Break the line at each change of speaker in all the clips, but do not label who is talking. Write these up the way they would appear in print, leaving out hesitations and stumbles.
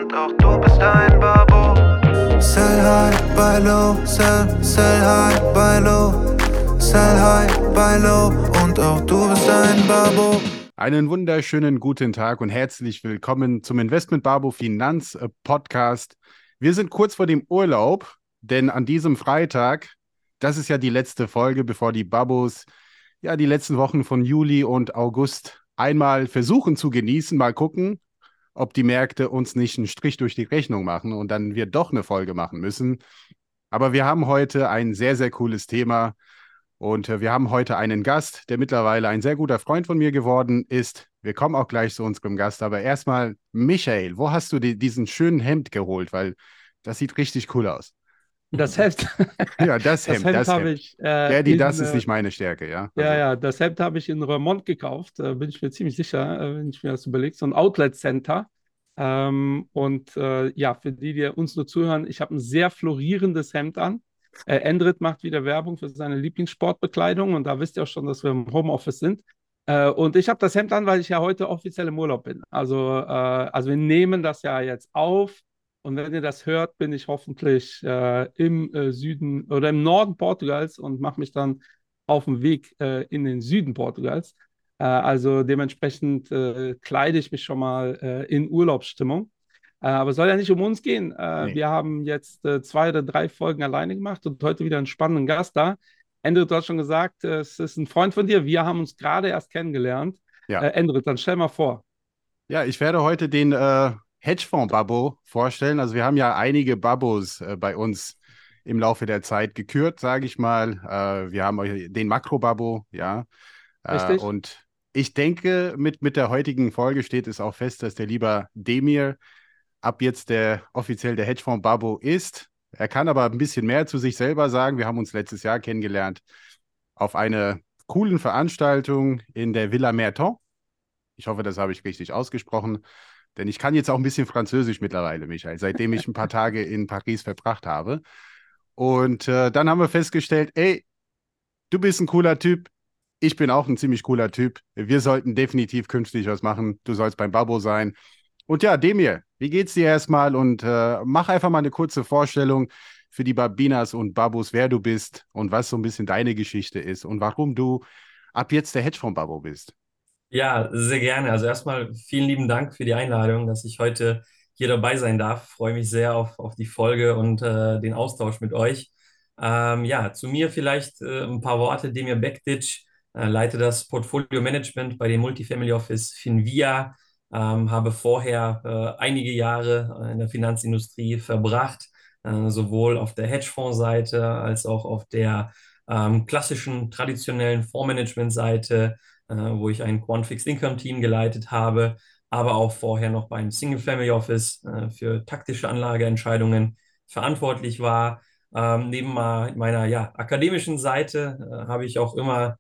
und auch du bist ein Babo. Sell high, buy low, sell high, buy low. Sell high, buy low und auch du bist ein Babo.
Einen wunderschönen guten Tag und herzlich willkommen zum Investment Babo Finanz Podcast. Wir sind kurz vor dem Urlaub, denn an diesem Freitag, das ist ja die letzte Folge, bevor die Babos ja die letzten Wochen von Juli und August einmal versuchen zu genießen, mal gucken, ob die Märkte uns nicht einen Strich durch die Rechnung machen und dann wir doch eine Folge machen müssen. Aber wir haben heute ein sehr, sehr cooles Thema. Und wir haben heute einen Gast, der mittlerweile ein sehr guter Freund von mir geworden ist. Wir kommen auch gleich zu unserem Gast, aber erstmal, Michael, wo hast du diesen schönen Hemd geholt? Weil das sieht richtig cool aus.
Das Hemd,
Ja, das
das
Hemd,
Hemd
das
habe
Hemd.
ich
Das ist nicht meine Stärke, ja.
ja,
Also,
ja, das Hemd habe ich in Roermond gekauft, bin ich mir ziemlich sicher, wenn ich mir das überlege, so ein Outlet Center. Ja, für die, die uns nur zuhören, ich habe ein sehr florierendes Hemd an. Endrit macht wieder Werbung für seine Lieblingssportbekleidung und da wisst ihr auch schon, dass wir im Homeoffice sind. Und ich habe das Hemd an, weil ich ja heute offiziell im Urlaub bin. Also wir nehmen das ja jetzt auf. Und wenn ihr das hört, bin ich hoffentlich im Süden oder im Norden Portugals und mache mich dann auf dem Weg in den Süden Portugals. Also dementsprechend kleide ich mich schon mal in Urlaubsstimmung. Aber es soll ja nicht um uns gehen.
nee.
Wir haben jetzt 2 oder 3 Folgen alleine gemacht und heute wieder einen spannenden Gast da. Endrit, du hast schon gesagt, es ist ein Freund von dir. Wir haben uns gerade erst kennengelernt.
Ja.
Endrit, dann stell mal vor.
Ja, ich werde heute den Hedgefonds-Babbo vorstellen. Also wir haben ja einige Babos bei uns im Laufe der Zeit gekürt, sage ich mal. Wir haben den Makro-Babbo, ja.
Richtig?
Und ich denke, mit der heutigen Folge steht es auch fest, dass der lieber Demir ab jetzt offiziell der Hedgefonds-Babbo ist. Er kann aber ein bisschen mehr zu sich selber sagen. Wir haben uns letztes Jahr kennengelernt auf einer coolen Veranstaltung in der Villa Merton. Ich hoffe, das habe ich richtig ausgesprochen, denn ich kann jetzt auch ein bisschen Französisch mittlerweile, Michael, seitdem ich ein paar Tage in Paris verbracht habe. Und dann haben wir festgestellt, ey, du bist ein cooler Typ, ich bin auch ein ziemlich cooler Typ. Wir sollten definitiv künftig was machen. Du sollst beim Babbo sein. Und ja, Demir, wie geht's dir erstmal? Und mach einfach mal eine kurze Vorstellung für die Babinas und Babos, wer du bist und was so ein bisschen deine Geschichte ist und warum du ab jetzt der Hedgefonds-Babbo bist.
Ja, sehr gerne. Also erstmal vielen lieben Dank für die Einladung, dass ich heute hier dabei sein darf. Freue mich sehr auf die Folge und den Austausch mit euch. Ja, zu mir vielleicht ein paar Worte. Demir Bektic, leite das Portfolio Management bei dem Multifamily Office Finvia, habe vorher einige Jahre in der Finanzindustrie verbracht, sowohl auf der Hedgefonds-Seite als auch auf der klassischen, traditionellen Fondsmanagement-Seite, wo ich ein Quant Fixed Income Team geleitet habe, aber auch vorher noch beim Single Family Office für taktische Anlageentscheidungen verantwortlich war. Neben meiner ja, akademischen Seite habe ich auch immer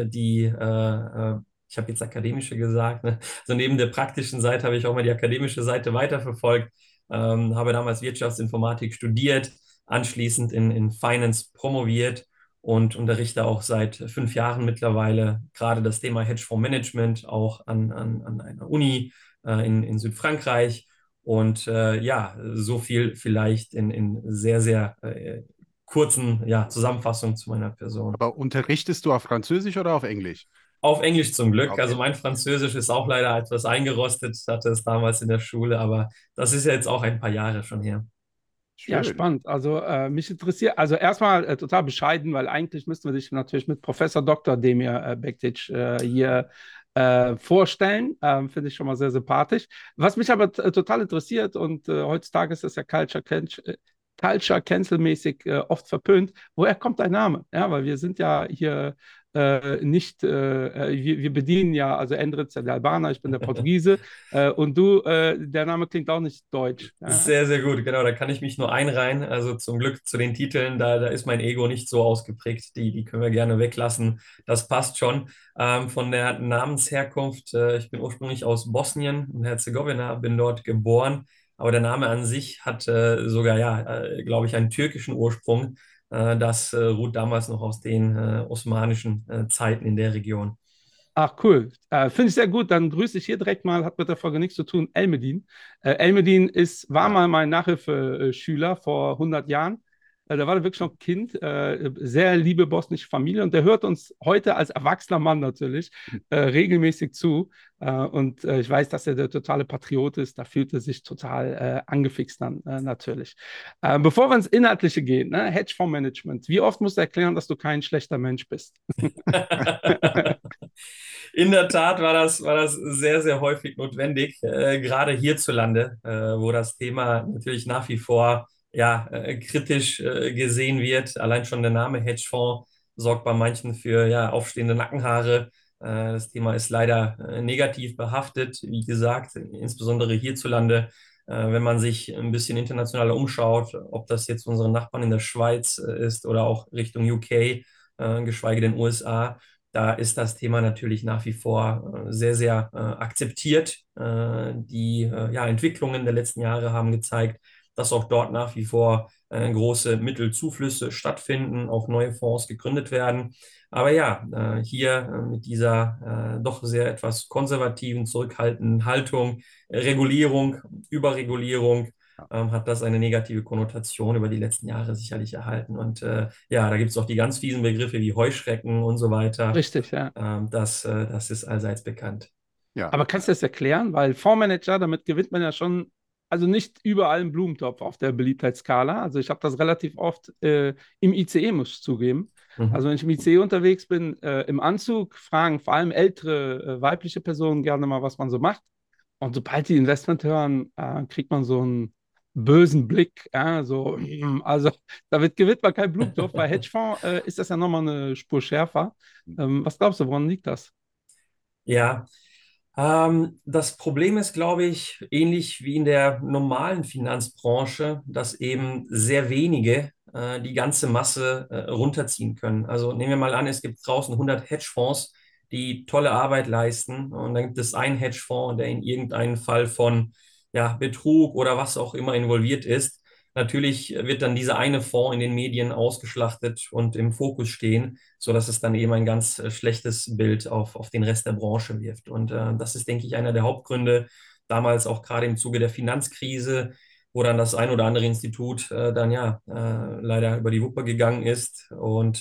ich habe jetzt akademische gesagt, ne? Also neben der praktischen Seite habe ich auch mal die akademische Seite weiterverfolgt, habe damals Wirtschaftsinformatik studiert, anschließend in Finance promoviert und unterrichte auch seit 5 Jahren mittlerweile gerade das Thema Hedgefondsmanagement auch an einer Uni in Südfrankreich. Und ja, so viel vielleicht in sehr, sehr kurzen ja, Zusammenfassung zu meiner Person.
Aber unterrichtest du auf Französisch oder auf Englisch?
Auf Englisch zum Glück. Also
Okay,
mein Französisch ist auch leider etwas eingerostet, hatte es damals in der Schule, aber das ist ja jetzt auch ein paar Jahre schon her.
Ja,
schön.
spannend. Also mich interessiert, also erstmal total bescheiden, weil eigentlich müssten wir dich natürlich mit Professor Dr. Demir Bektic hier vorstellen. Finde ich schon mal sehr sympathisch. Was mich aber total interessiert und heutzutage ist das ja Culture Cancel-mäßig oft verpönt. Woher kommt dein Name? Ja, weil wir sind ja hier nicht, wir bedienen ja, also Endrit ist ja der Albaner, ich bin der Portugiese und du, der Name klingt auch nicht deutsch. Ja?
Sehr, sehr gut, genau, da kann ich mich nur einreihen. Also zum Glück zu den Titeln, da ist mein Ego nicht so ausgeprägt. Die können wir gerne weglassen. Das passt schon. Von der Namensherkunft, ich bin ursprünglich aus Bosnien und Herzegowina, bin dort geboren. Aber der Name an sich hat sogar, ja, glaube ich, einen türkischen Ursprung. Das ruht damals noch aus den osmanischen Zeiten in der Region.
Ach, cool. Finde ich sehr gut. Dann grüße ich hier direkt mal, hat mit der Folge nichts zu tun, Elmedin. Elmedin war
Ja.
mal mein Nachhilfeschüler vor 100 Jahren. Der war wirklich noch ein Kind, sehr liebe bosnische Familie und der hört uns heute als erwachsener Mann natürlich regelmäßig zu. Und ich weiß, dass er der totale Patriot ist. Da fühlt er sich total angefixt dann natürlich. Bevor wir ins Inhaltliche gehen, ne? Hedgefondsmanagement. Wie oft musst du erklären, dass du kein schlechter Mensch bist?
In der Tat war das sehr, sehr häufig notwendig, gerade hierzulande, wo das Thema natürlich nach wie vor ja, kritisch gesehen wird. Allein schon der Name Hedgefonds sorgt bei manchen für ja, aufstehende Nackenhaare. Das Thema ist leider negativ behaftet, wie gesagt, insbesondere hierzulande. Wenn man sich ein bisschen internationaler umschaut, ob das jetzt unsere Nachbarn in der Schweiz ist oder auch Richtung UK, geschweige denn USA, da ist das Thema natürlich nach wie vor sehr, sehr akzeptiert. Die ja, Entwicklungen der letzten Jahre haben gezeigt, dass auch dort nach wie vor große Mittelzuflüsse stattfinden, auch neue Fonds gegründet werden. Aber ja, hier mit dieser doch sehr etwas konservativen, zurückhaltenden Haltung, Regulierung, Überregulierung, hat das eine negative Konnotation über die letzten Jahre sicherlich erhalten. Und ja, da gibt es auch die ganz fiesen Begriffe wie Heuschrecken und so weiter.
Richtig, ja.
Das ist allseits bekannt.
Ja,
Aber kannst du das erklären? Weil Fondsmanager, damit gewinnt man ja schon, also nicht überall einen Blumentopf auf der Beliebtheitsskala. Also ich habe das relativ oft im ICE, muss ich zugeben.
Mhm.
Also wenn ich im ICE unterwegs bin, im Anzug, fragen vor allem ältere weibliche Personen gerne mal, was man so macht. Und sobald die Investment hören, kriegt man so einen bösen Blick. So, also damit gewinnt man keinen Blumentopf. Bei Hedgefonds ist das ja nochmal eine Spur schärfer. Was glaubst du, woran liegt das?
Ja, das Problem ist, glaube ich, ähnlich wie in der normalen Finanzbranche, dass eben sehr wenige die ganze Masse runterziehen können. Also nehmen wir mal an, es gibt draußen 100 Hedgefonds, die tolle Arbeit leisten und dann gibt es einen Hedgefonds, der in irgendeinen Fall von ja, Betrug oder was auch immer involviert ist. Natürlich wird dann dieser eine Fonds in den Medien ausgeschlachtet und im Fokus stehen, sodass es dann eben ein ganz schlechtes Bild auf den Rest der Branche wirft. Und das ist, denke ich, einer der Hauptgründe, damals auch gerade im Zuge der Finanzkrise, wo dann das ein oder andere Institut dann ja leider über die Wupper gegangen ist und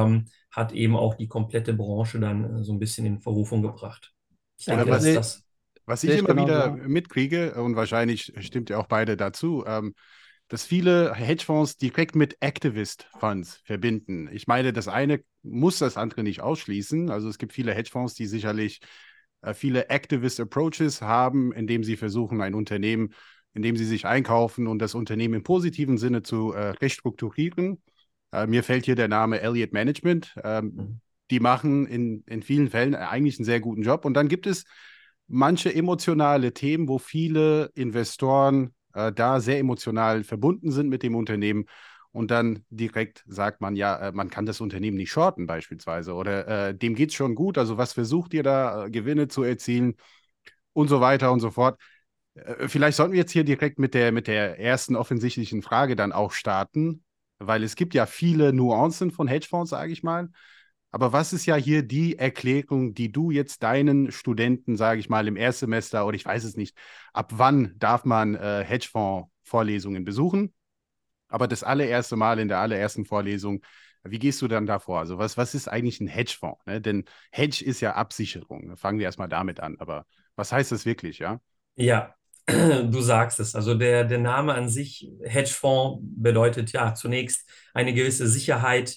hat eben auch die komplette Branche dann so ein bisschen in Verrufung gebracht. Ich
Ja,
denke,
was,
dass
sehe
das
was
seh
ich
ich
immer
genauso.
wieder
Ja.
mitkriege, und wahrscheinlich stimmt ihr auch beide dazu, dass viele Hedgefonds direkt mit Activist Funds verbinden. Ich meine, das eine muss das andere nicht ausschließen. Also es gibt viele Hedgefonds, die sicherlich viele Activist Approaches haben, indem sie versuchen, ein Unternehmen, indem sie sich einkaufen und das Unternehmen im positiven Sinne zu restrukturieren. Mir fällt hier der Name Elliott Management. Die machen in vielen Fällen eigentlich einen sehr guten Job. Und dann gibt es manche emotionale Themen, wo viele Investoren da sehr emotional verbunden sind mit dem Unternehmen und dann direkt sagt man, ja, man kann das Unternehmen nicht shorten beispielsweise oder dem geht es schon gut, also was versucht ihr da, Gewinne zu erzielen und so weiter und so fort. Vielleicht sollten wir jetzt hier direkt mit der ersten offensichtlichen Frage dann auch starten, weil es gibt ja viele Nuancen von Hedgefonds, sage ich mal. Aber was ist ja hier die Erklärung, die du jetzt deinen Studenten, sage ich mal, im Erstsemester oder ich weiß es nicht, ab wann darf man Hedgefonds-Vorlesungen besuchen? Aber das allererste Mal in der allerersten Vorlesung, wie gehst du dann davor? Also was ist eigentlich ein Hedgefonds? Ne? Denn Hedge ist ja Absicherung. Fangen wir erstmal damit an. Aber was heißt das wirklich, ja?
Ja, du sagst es. Also der Name an sich, Hedgefonds, bedeutet ja zunächst eine gewisse Sicherheit,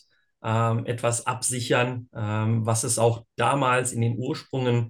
etwas absichern, was es auch damals in den Ursprüngen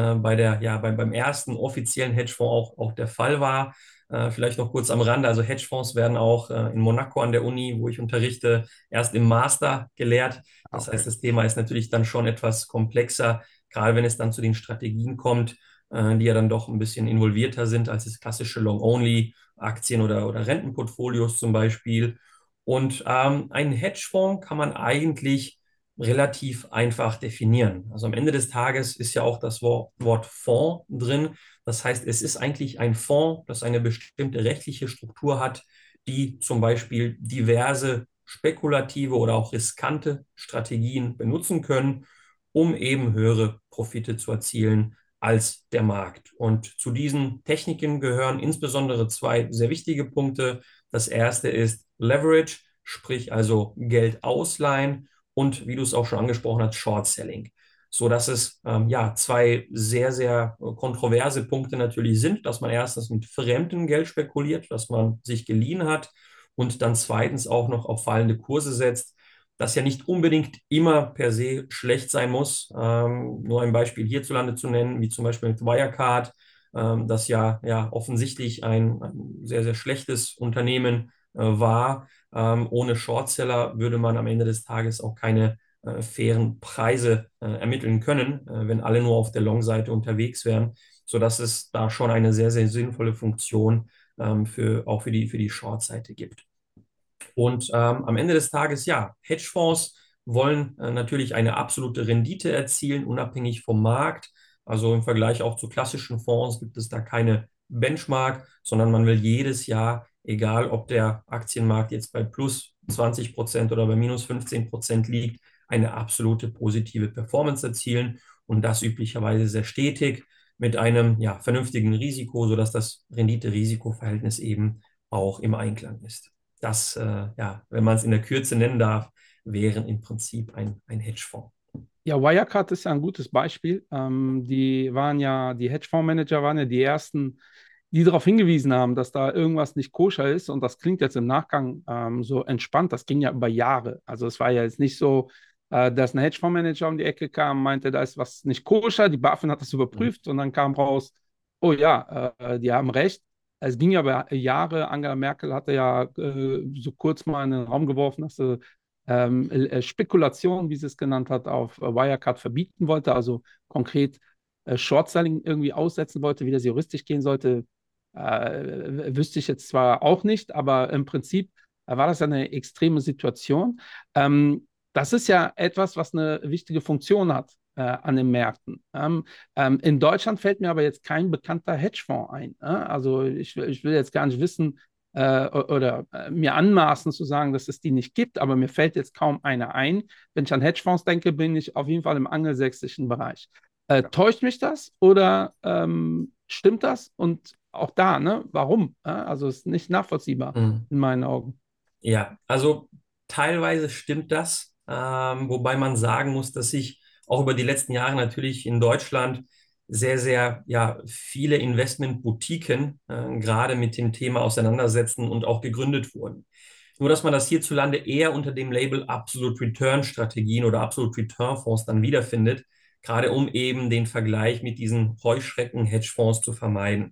beim ersten offiziellen Hedgefonds auch der Fall war. Vielleicht noch kurz am Rande, also Hedgefonds werden auch in Monaco an der Uni, wo ich unterrichte, erst im Master gelehrt. Das
Okay.
heißt, das Thema ist natürlich dann schon etwas komplexer, gerade wenn es dann zu den Strategien kommt, die ja dann doch ein bisschen involvierter sind als das klassische Long-Only-Aktien- oder Rentenportfolios zum Beispiel. Und einen Hedgefonds kann man eigentlich relativ einfach definieren. Also am Ende des Tages ist ja auch das Wort Fonds drin. Das heißt, es ist eigentlich ein Fonds, das eine bestimmte rechtliche Struktur hat, die zum Beispiel diverse spekulative oder auch riskante Strategien benutzen können, um eben höhere Profite zu erzielen als der Markt. Und zu diesen Techniken gehören insbesondere zwei sehr wichtige Punkte. Das erste ist Leverage, sprich also Geld ausleihen und, wie du es auch schon angesprochen hast, Short Selling. So dass es zwei sehr, sehr kontroverse Punkte natürlich sind, dass man erstens mit fremdem Geld spekuliert, dass man sich geliehen hat und dann zweitens auch noch auf fallende Kurse setzt, das ja nicht unbedingt immer per se schlecht sein muss. Nur ein Beispiel hierzulande zu nennen, wie zum Beispiel mit Wirecard, das ja offensichtlich ein sehr, sehr schlechtes Unternehmen war. Ohne Shortseller würde man am Ende des Tages auch keine fairen Preise ermitteln können, wenn alle nur auf der Long-Seite unterwegs wären, sodass es da schon eine sehr, sehr sinnvolle Funktion auch für die Short-Seite gibt. Und am Ende des Tages, ja, Hedgefonds wollen natürlich eine absolute Rendite erzielen, unabhängig vom Markt. Also im Vergleich auch zu klassischen Fonds gibt es da keine Benchmark, sondern man will jedes Jahr, egal ob der Aktienmarkt jetzt bei plus 20% oder bei minus 15% liegt, eine absolute positive Performance erzielen und das üblicherweise sehr stetig mit einem vernünftigen Risiko, sodass das Rendite-Risiko-Verhältnis eben auch im Einklang ist. Das, wenn man es in der Kürze nennen darf, wären im Prinzip ein Hedgefonds.
Ja, Wirecard ist ja ein gutes Beispiel. Die Hedgefondsmanager waren ja die ersten, die darauf hingewiesen haben, dass da irgendwas nicht koscher ist. Und das klingt jetzt im Nachgang so entspannt. Das ging ja über Jahre. Also es war ja jetzt nicht so, dass ein Hedgefondsmanager um die Ecke kam und meinte, da ist was nicht koscher. Die BaFin hat das überprüft und dann kam raus, oh ja, die haben recht. Es ging ja über Jahre. Angela Merkel hatte ja so kurz mal in den Raum geworfen, dass sie Spekulation, wie sie es genannt hat, auf Wirecard verbieten wollte, also konkret Short-Selling irgendwie aussetzen wollte, wie das juristisch gehen sollte, wüsste ich jetzt zwar auch nicht, aber im Prinzip war das eine extreme Situation. Das ist ja etwas, was eine wichtige Funktion hat an den Märkten. In Deutschland fällt mir aber jetzt kein bekannter Hedgefonds ein. Also ich will jetzt gar nicht wissen, oder mir anmaßen zu sagen, dass es die nicht gibt, aber mir fällt jetzt kaum einer ein. Wenn ich an Hedgefonds denke, bin ich auf jeden Fall im angelsächsischen Bereich. Täuscht mich das oder stimmt das? Und auch da, ne? Warum? Also ist nicht nachvollziehbar in meinen Augen.
Ja, also teilweise stimmt das, wobei man sagen muss, dass sich auch über die letzten Jahre natürlich in Deutschland sehr, sehr viele Investmentboutiquen gerade mit dem Thema auseinandersetzen und auch gegründet wurden. Nur, dass man das hierzulande eher unter dem Label Absolute Return Strategien oder Absolute Return Fonds dann wiederfindet, gerade um eben den Vergleich mit diesen Heuschrecken-Hedgefonds zu vermeiden.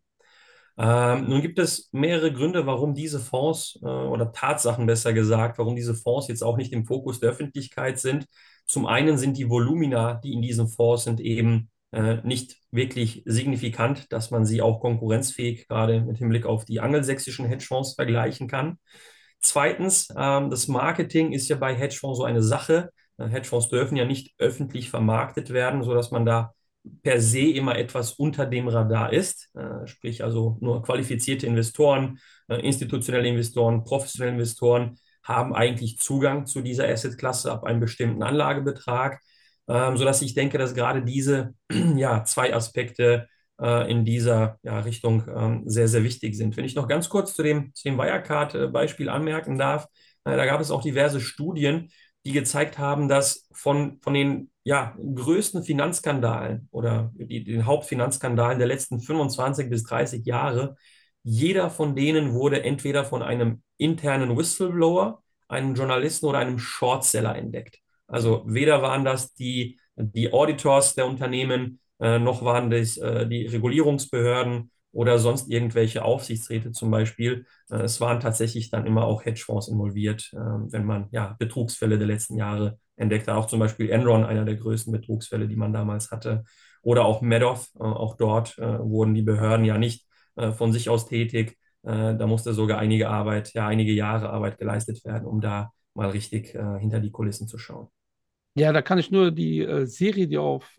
Nun gibt es mehrere Gründe, warum diese Fonds oder Tatsachen besser gesagt, warum diese Fonds jetzt auch nicht im Fokus der Öffentlichkeit sind. Zum einen sind die Volumina, die in diesen Fonds sind, eben nicht wirklich signifikant, dass man sie auch konkurrenzfähig gerade mit Hinblick auf die angelsächsischen Hedgefonds vergleichen kann. Zweitens, das Marketing ist ja bei Hedgefonds so eine Sache. Hedgefonds dürfen ja nicht öffentlich vermarktet werden, sodass man da per se immer etwas unter dem Radar ist, sprich also nur qualifizierte Investoren, institutionelle Investoren, professionelle Investoren haben eigentlich Zugang zu dieser Assetklasse ab einem bestimmten Anlagebetrag, sodass ich denke, dass gerade diese zwei Aspekte in dieser Richtung sehr, sehr wichtig sind. Wenn ich noch ganz kurz zu dem Wirecard-Beispiel anmerken darf, da gab es auch diverse Studien, die gezeigt haben, dass von den größten Finanzskandalen oder den Hauptfinanzskandalen der letzten 25 bis 30 Jahre, jeder von denen wurde entweder von einem internen Whistleblower, einem Journalisten oder einem Shortseller entdeckt. Also weder waren das die Auditors der Unternehmen, noch waren das die Regulierungsbehörden oder sonst irgendwelche Aufsichtsräte zum Beispiel. Es waren tatsächlich dann immer auch Hedgefonds involviert, wenn man Betrugsfälle der letzten Jahre entdeckt hat. Auch zum Beispiel Enron, einer der größten Betrugsfälle, die man damals hatte. Oder auch Madoff, auch dort wurden die Behörden ja nicht von sich aus tätig. Da musste sogar einige Jahre Arbeit geleistet werden, um da mal richtig hinter die Kulissen zu schauen.
Ja, da kann ich nur die Serie, die auf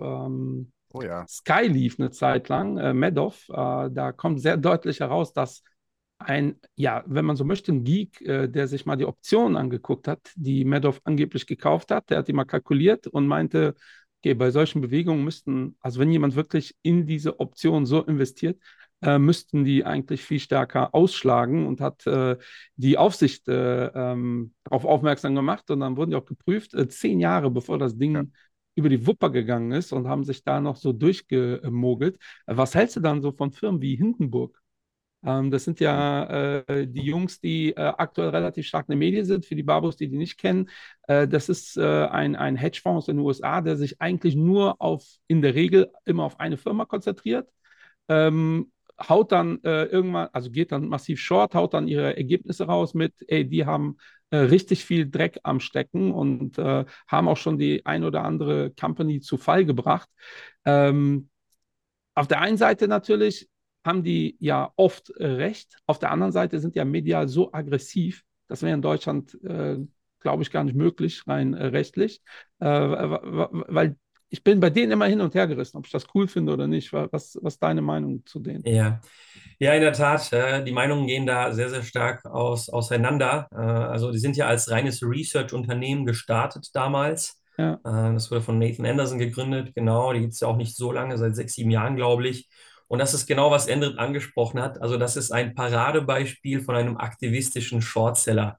Sky lief eine Zeit lang, Madoff, da kommt sehr deutlich heraus, dass wenn man so möchte, ein Geek, der sich mal die Optionen angeguckt hat, die Madoff angeblich gekauft hat, der hat die mal kalkuliert und meinte, okay, bei solchen Bewegungen müssten, also wenn jemand wirklich in diese Option so investiert, müssten die eigentlich viel stärker ausschlagen und hat die Aufsicht darauf aufmerksam gemacht und dann wurden die auch geprüft, 10 Jahre bevor das
Ja.
Ding über die Wupper gegangen ist und haben sich da noch so durchgemogelt. Was hältst du dann so von Firmen wie Hindenburg? Das sind ja die Jungs, die aktuell relativ stark in den Medien sind, für die Babos, die nicht kennen. Das ist ein Hedgefonds in den USA, der sich eigentlich nur in der Regel immer auf eine Firma konzentriert. Haut dann irgendwann, also geht dann massiv short, haut dann ihre Ergebnisse raus mit, ey, die haben richtig viel Dreck am Stecken und haben auch schon die ein oder andere Company zu Fall gebracht. Ähm, auf der einen Seite natürlich haben die ja oft recht, auf der anderen Seite sind ja medial so aggressiv, das wäre in Deutschland, glaube ich, gar nicht möglich, rein rechtlich, weil ich bin bei denen immer hin und her gerissen, ob ich das cool finde oder nicht. Was ist deine Meinung zu denen?
Ja. Ja, in der Tat, die Meinungen gehen da sehr, sehr stark auseinander. Also die sind ja als reines Research-Unternehmen gestartet damals.
Ja,
Das wurde von Nathan Anderson gegründet, genau. Die gibt es ja auch nicht so lange, seit 6, 7 Jahren, glaube ich. Und das ist genau, was Endrit angesprochen hat. Also das ist ein Paradebeispiel von einem aktivistischen Shortseller.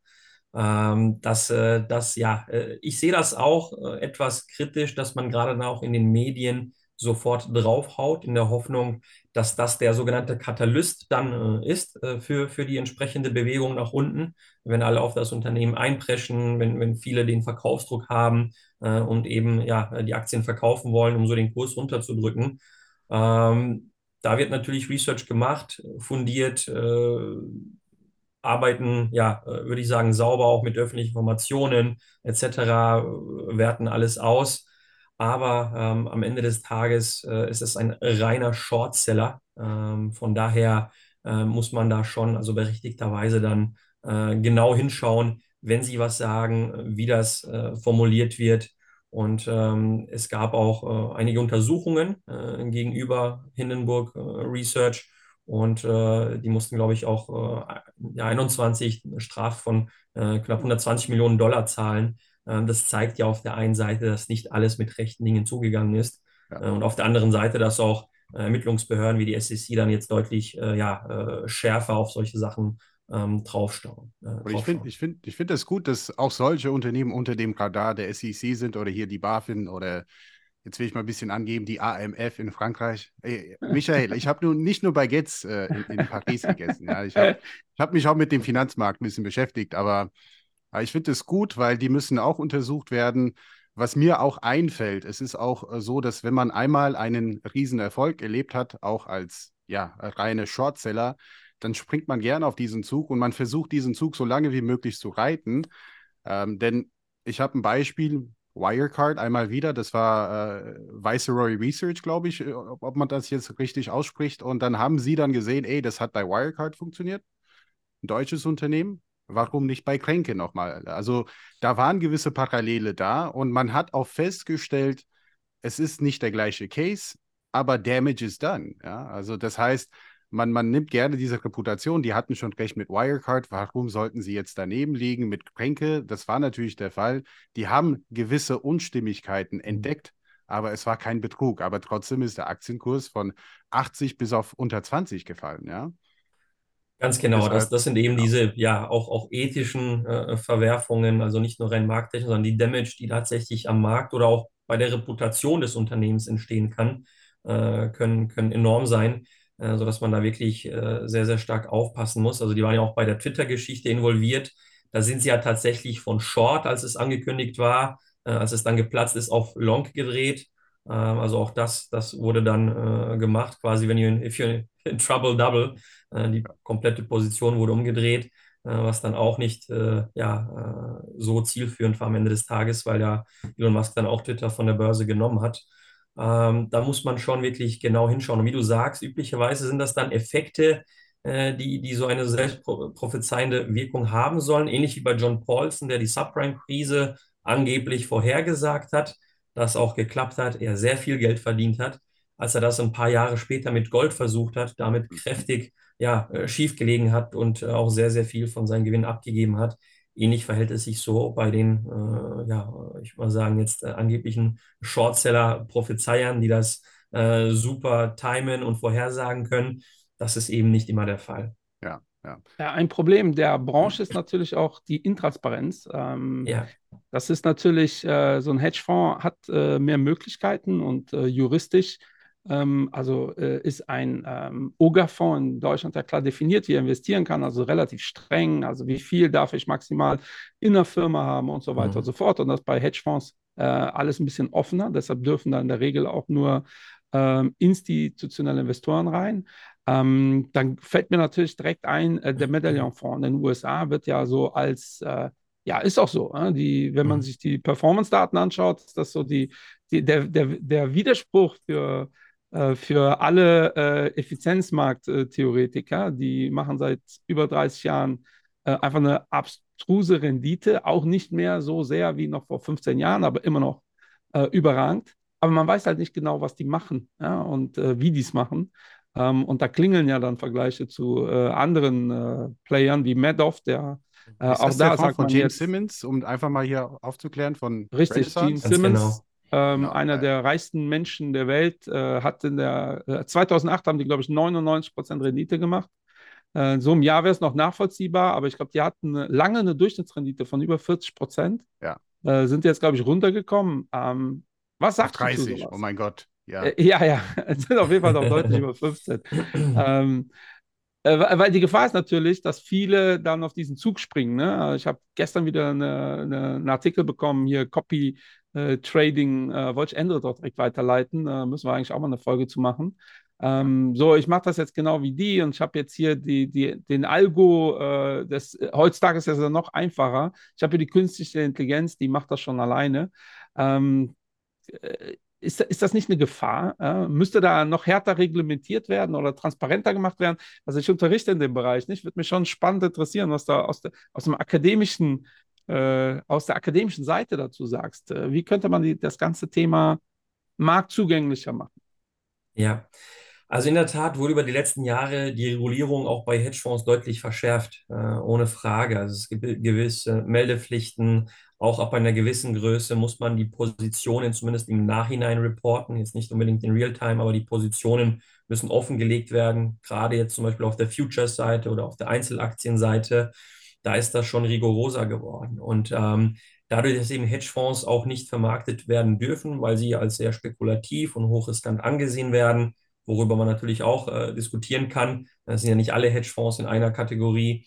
Ja, ich sehe das auch etwas kritisch, dass man gerade auch in den Medien sofort draufhaut, in der Hoffnung, dass das der sogenannte Katalyst dann ist für die entsprechende Bewegung nach unten, wenn alle auf das Unternehmen einpreschen, wenn viele den Verkaufsdruck haben und eben ja, die Aktien verkaufen wollen, um so den Kurs runterzudrücken. Da wird natürlich Research gemacht, fundiert, arbeiten, ja, würde ich sagen, sauber auch mit öffentlichen Informationen etc., werten alles aus. Aber am Ende des Tages ist es ein reiner Shortseller. Von daher muss man da schon, also berechtigterweise dann genau hinschauen, wenn Sie was sagen, wie das formuliert wird. Und es gab auch einige Untersuchungen gegenüber Hindenburg Research. Und die mussten, glaube ich, auch ja, 21 eine Strafe von knapp 120 Millionen Dollar zahlen. Das zeigt ja auf der einen Seite, dass nicht alles mit rechten Dingen zugegangen ist.
Ja.
Und auf der anderen Seite, dass auch Ermittlungsbehörden wie die SEC dann jetzt deutlich schärfer auf solche Sachen draufschauen.
Und ich finde es gut, dass auch solche Unternehmen unter dem Radar der SEC sind oder hier die BaFin oder jetzt will ich mal ein bisschen angeben, die AMF in Frankreich. Ey, Michael, ich habe nun nicht nur Baguettes in Paris gegessen. Ja. Ich hab mich auch mit dem Finanzmarkt ein bisschen beschäftigt, aber ich finde es gut, weil die müssen auch untersucht werden. Was mir auch einfällt, es ist auch so, dass wenn man einmal einen riesen Erfolg erlebt hat, auch als ja, reine Shortseller, dann springt man gerne auf diesen Zug und man versucht, diesen Zug so lange wie möglich zu reiten. Denn ich habe ein Beispiel, Wirecard einmal wieder, das war Viceroy Research, glaube ich, ob man das jetzt richtig ausspricht. Und dann haben sie dann gesehen, ey, das hat bei Wirecard funktioniert, ein deutsches Unternehmen. Warum nicht bei Kränke nochmal? Also da waren gewisse Parallele da und man hat auch festgestellt, es ist nicht der gleiche Case, aber Damage is done. Ja? Also das heißt, man nimmt gerne diese Reputation, die hatten schon recht mit Wirecard, warum sollten sie jetzt daneben liegen mit Kränke? Das war natürlich der Fall. Die haben gewisse Unstimmigkeiten entdeckt, aber es war kein Betrug. Aber trotzdem ist der Aktienkurs von 80 bis auf unter 20 gefallen. Ja?
Ganz genau,
Deshalb,
das sind eben
genau.
diese ja auch ethischen Verwerfungen, also nicht nur rein markttechnisch, sondern die Damage, die tatsächlich am Markt oder auch bei der Reputation des Unternehmens entstehen kann, können enorm sein, sodass man da wirklich sehr, sehr stark aufpassen muss. Also die waren ja auch bei der Twitter-Geschichte involviert. Da sind sie ja tatsächlich von Short, als es angekündigt war, als es dann geplatzt ist, auf Long gedreht. Also auch das wurde dann gemacht, quasi, if you're in trouble, double. Die komplette Position wurde umgedreht, was dann auch nicht so zielführend war am Ende des Tages, weil ja Elon Musk dann auch Twitter von der Börse genommen hat. Da muss man schon wirklich genau hinschauen. Und wie du sagst, üblicherweise sind das dann Effekte, die so eine selbstprophezeiende Wirkung haben sollen, ähnlich wie bei John Paulson, der die Subprime-Krise angeblich vorhergesagt hat, das auch geklappt hat, er sehr viel Geld verdient hat. Als er das ein paar Jahre später mit Gold versucht hat, damit kräftig schief gelegen hat und auch sehr, sehr viel von seinem Gewinn abgegeben hat. Ähnlich verhält es sich so bei den, ja, ich würde mal sagen, jetzt angeblichen Shortseller-Prophezeiern, die das super timen und vorhersagen können. Das ist eben nicht immer der Fall.
Ja, ja.
Ja, ein Problem der Branche ist natürlich auch die Intransparenz.
Ja.
Das ist natürlich, so ein Hedgefonds hat mehr Möglichkeiten und juristisch, ist ein OGA-Fonds in Deutschland ja klar definiert, wie er investieren kann, also relativ streng, also wie viel darf ich maximal in der Firma haben und so weiter und so fort. Und das bei Hedgefonds alles ein bisschen offener, deshalb dürfen da in der Regel auch nur institutionelle Investoren rein. Dann fällt mir natürlich direkt ein, der Medaillon-Fonds in den USA wird ja so als, ja, ist auch so, wenn man sich die Performance-Daten anschaut, ist das so der Widerspruch für alle Effizienzmarkt-Theoretiker, die machen seit über 30 Jahren einfach eine abstruse Rendite, auch nicht mehr so sehr wie noch vor 15 Jahren, aber immer noch überragend. Aber man weiß halt nicht genau, was die machen, ja, und wie die es machen. Und da klingeln ja dann Vergleiche zu anderen Playern wie Madoff, der
Ist
auch
das der
da
Fonds
sagt
von
man
James
jetzt
Simmons, um einfach mal hier aufzuklären, von
richtig, Gene
Renaissance?
Ganz
Simmons,
genau.
Genau,
einer
ja.
der reichsten Menschen der Welt, hat 2008 haben die, glaube ich, 99% Rendite gemacht. So im Jahr wäre es noch nachvollziehbar, aber ich glaube, die hatten lange eine Durchschnittsrendite von über 40%,
Ja,
sind jetzt, glaube ich, runtergekommen. Was
auf
sagst du zu
30, oh
sowas?
mein Gott. Ja,
Ja, ja, es sind auf jeden Fall noch deutlich über 15. Ähm, weil die Gefahr ist natürlich, dass viele dann auf diesen Zug springen. Ne? Ich habe gestern wieder einen Artikel bekommen, hier Copy Trading, wollte ich Endre dort direkt weiterleiten. Müssen wir eigentlich auch mal eine Folge zu machen. So, ich mache das jetzt genau wie die und ich habe jetzt hier den Algo, heutzutage ist das ja noch einfacher. Ich habe hier die künstliche Intelligenz, die macht das schon alleine. Ähm, ist das nicht eine Gefahr? Müsste da noch härter reglementiert werden oder transparenter gemacht werden? Also ich unterrichte in dem Bereich, nicht? Würde mich schon spannend interessieren, was da aus der akademischen Seite dazu sagst. Wie könnte man das ganze Thema marktzugänglicher machen?
Ja, also in der Tat wurde über die letzten Jahre die Regulierung auch bei Hedgefonds deutlich verschärft, ohne Frage. Also es gibt gewisse Meldepflichten, auch ab einer gewissen Größe muss man die Positionen zumindest im Nachhinein reporten, jetzt nicht unbedingt in Realtime, aber die Positionen müssen offengelegt werden, gerade jetzt zum Beispiel auf der Futures-Seite oder auf der Einzelaktienseite. Da ist das schon rigoroser geworden. Und dadurch, dass eben Hedgefonds auch nicht vermarktet werden dürfen, weil sie als sehr spekulativ und hochriskant angesehen werden, worüber man natürlich auch diskutieren kann. Das sind ja nicht alle Hedgefonds in einer Kategorie.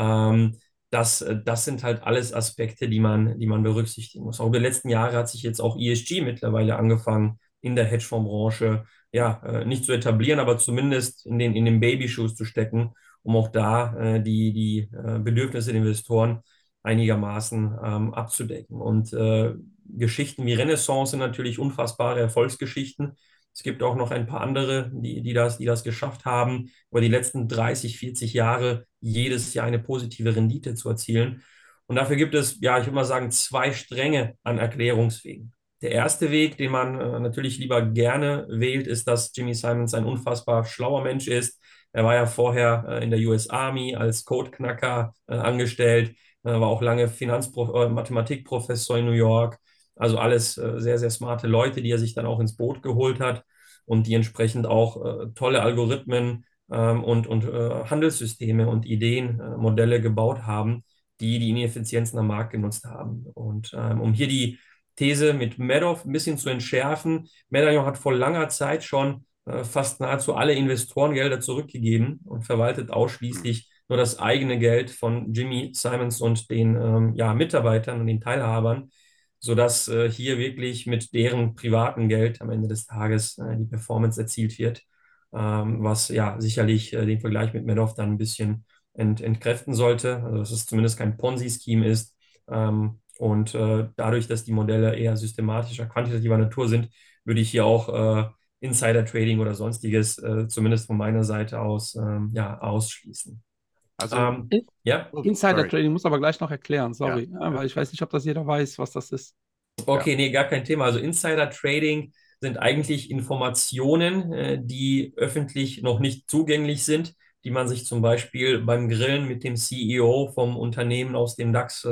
Das sind halt alles Aspekte, die man berücksichtigen muss. Auch über die letzten Jahre hat sich jetzt auch ESG mittlerweile angefangen, in der Hedgefondsbranche, ja, nicht zu etablieren, aber zumindest in den Babyshoes zu stecken, um auch da die Bedürfnisse der Investoren einigermaßen abzudecken. Und Geschichten wie Renaissance sind natürlich unfassbare Erfolgsgeschichten. Es gibt auch noch ein paar andere, die das geschafft haben, über die letzten 30, 40 Jahre jedes Jahr eine positive Rendite zu erzielen. Und dafür gibt es, ja, ich würde mal sagen, zwei Stränge an Erklärungswegen. Der erste Weg, den man natürlich lieber gerne wählt, ist, dass Jimmy Simons ein unfassbar schlauer Mensch ist. Er war ja vorher in der US Army als Codeknacker angestellt, war auch lange Mathematikprofessor in New York. Also alles sehr, sehr smarte Leute, die er sich dann auch ins Boot geholt hat und die entsprechend auch tolle Algorithmen und Handelssysteme und Ideen, Modelle gebaut haben, die Ineffizienzen am Markt genutzt haben. Und um hier die These mit Madoff ein bisschen zu entschärfen, Medaillon hat vor langer Zeit schon fast nahezu alle Investorengelder zurückgegeben und verwaltet ausschließlich nur das eigene Geld von Jimmy Simons und den ja, Mitarbeitern und den Teilhabern, sodass hier wirklich mit deren privaten Geld am Ende des Tages die Performance erzielt wird, was ja sicherlich den Vergleich mit Madoff dann ein bisschen entkräften sollte, also dass es zumindest kein Ponzi-Scheme ist. Und dadurch, dass die Modelle eher systematischer, quantitativer Natur sind, würde ich hier auch Insider-Trading oder sonstiges zumindest von meiner Seite aus ja, ausschließen.
also,
Ja.
sorry.
Insider-Trading muss aber gleich noch erklären,
Ja,
sorry, weil ich weiß nicht, ob das jeder weiß, was das ist.
Okay, nee, gar kein Thema. Also Insider-Trading sind eigentlich Informationen, die öffentlich noch nicht zugänglich sind, die man sich zum Beispiel beim Grillen mit dem CEO vom Unternehmen aus dem DAX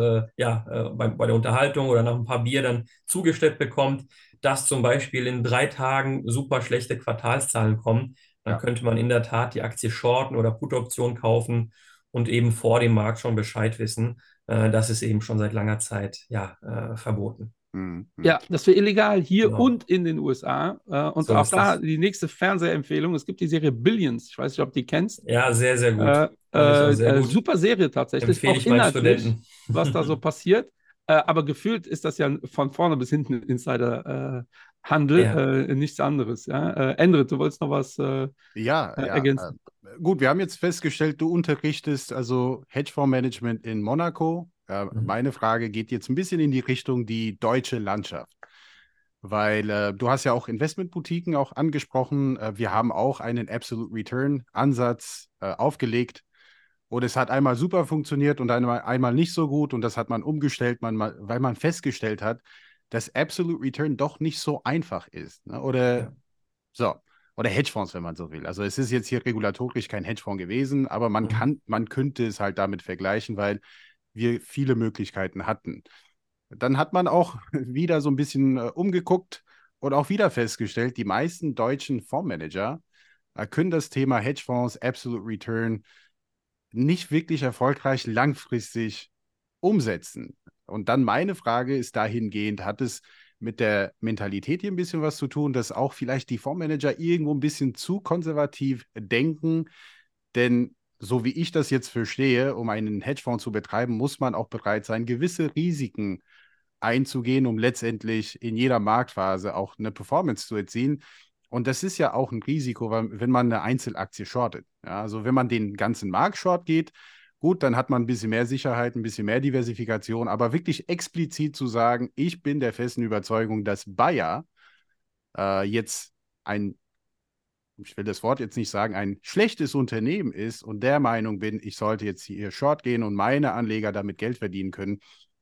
bei der Unterhaltung oder nach ein paar Bier dann zugestellt bekommt, dass zum Beispiel in 3 Tagen super schlechte Quartalszahlen kommen, dann
Ja.
könnte man in der Tat die Aktie shorten oder Put-Option kaufen und eben vor dem Markt schon Bescheid wissen. Das ist eben schon seit langer Zeit verboten.
Mhm.
Ja, das wäre illegal hier
Genau.
und in den USA. Und
So
auch
ist
da
das.
die nächste Fernsehempfehlung. Es gibt die Serie Billions. Ich weiß nicht, ob du die kennst.
Ja, sehr, sehr gut. Fand ich auch sehr gut.
Super Serie tatsächlich,
Empfehle
auch
ich meinen
inhaltlich,
Studenten.
was da so passiert. Aber gefühlt ist das ja von vorne bis hinten Insider-Handel,
Ja.
nichts anderes. Ja? Endrit, du wolltest noch was
Ja,
ergänzen?
gut, wir haben jetzt festgestellt, du unterrichtest also Hedgefondsmanagement in Monaco.
Mhm.
Meine Frage geht jetzt ein bisschen in die Richtung die deutsche Landschaft, weil du hast ja auch Investmentboutiquen auch angesprochen. Wir haben auch einen Absolute Return Ansatz aufgelegt und es hat einmal super funktioniert und einmal nicht so gut und das hat man umgestellt, weil man festgestellt hat, dass Absolute Return doch nicht so einfach ist. Ne?
Ja.
So. Oder Hedgefonds, wenn man so will. Also es ist jetzt hier regulatorisch kein Hedgefonds gewesen, aber
Mhm.
man könnte es halt damit vergleichen, weil wir viele Möglichkeiten hatten. Dann hat man auch wieder so ein bisschen umgeguckt und auch wieder festgestellt, die meisten deutschen Fondsmanager können das Thema Hedgefonds, Absolute Return nicht wirklich erfolgreich langfristig umsetzen. Und dann meine Frage ist dahingehend, hat es mit der Mentalität hier ein bisschen was zu tun, dass auch vielleicht die Fondsmanager irgendwo ein bisschen zu konservativ denken? Denn so wie ich das jetzt verstehe, um einen Hedgefonds zu betreiben, muss man auch bereit sein, gewisse Risiken einzugehen, um letztendlich in jeder Marktphase auch eine Performance zu erzielen. Und das ist ja auch ein Risiko, wenn man eine Einzelaktie shortet. Ja, also wenn man den ganzen Markt short geht, gut, dann hat man ein bisschen mehr Sicherheit, ein bisschen mehr Diversifikation, aber wirklich explizit zu sagen, ich bin der festen Überzeugung, dass Bayer jetzt ein, ich will das Wort jetzt nicht sagen, ein schlechtes Unternehmen ist und der Meinung bin, ich sollte jetzt hier short gehen und meine Anleger damit Geld verdienen können,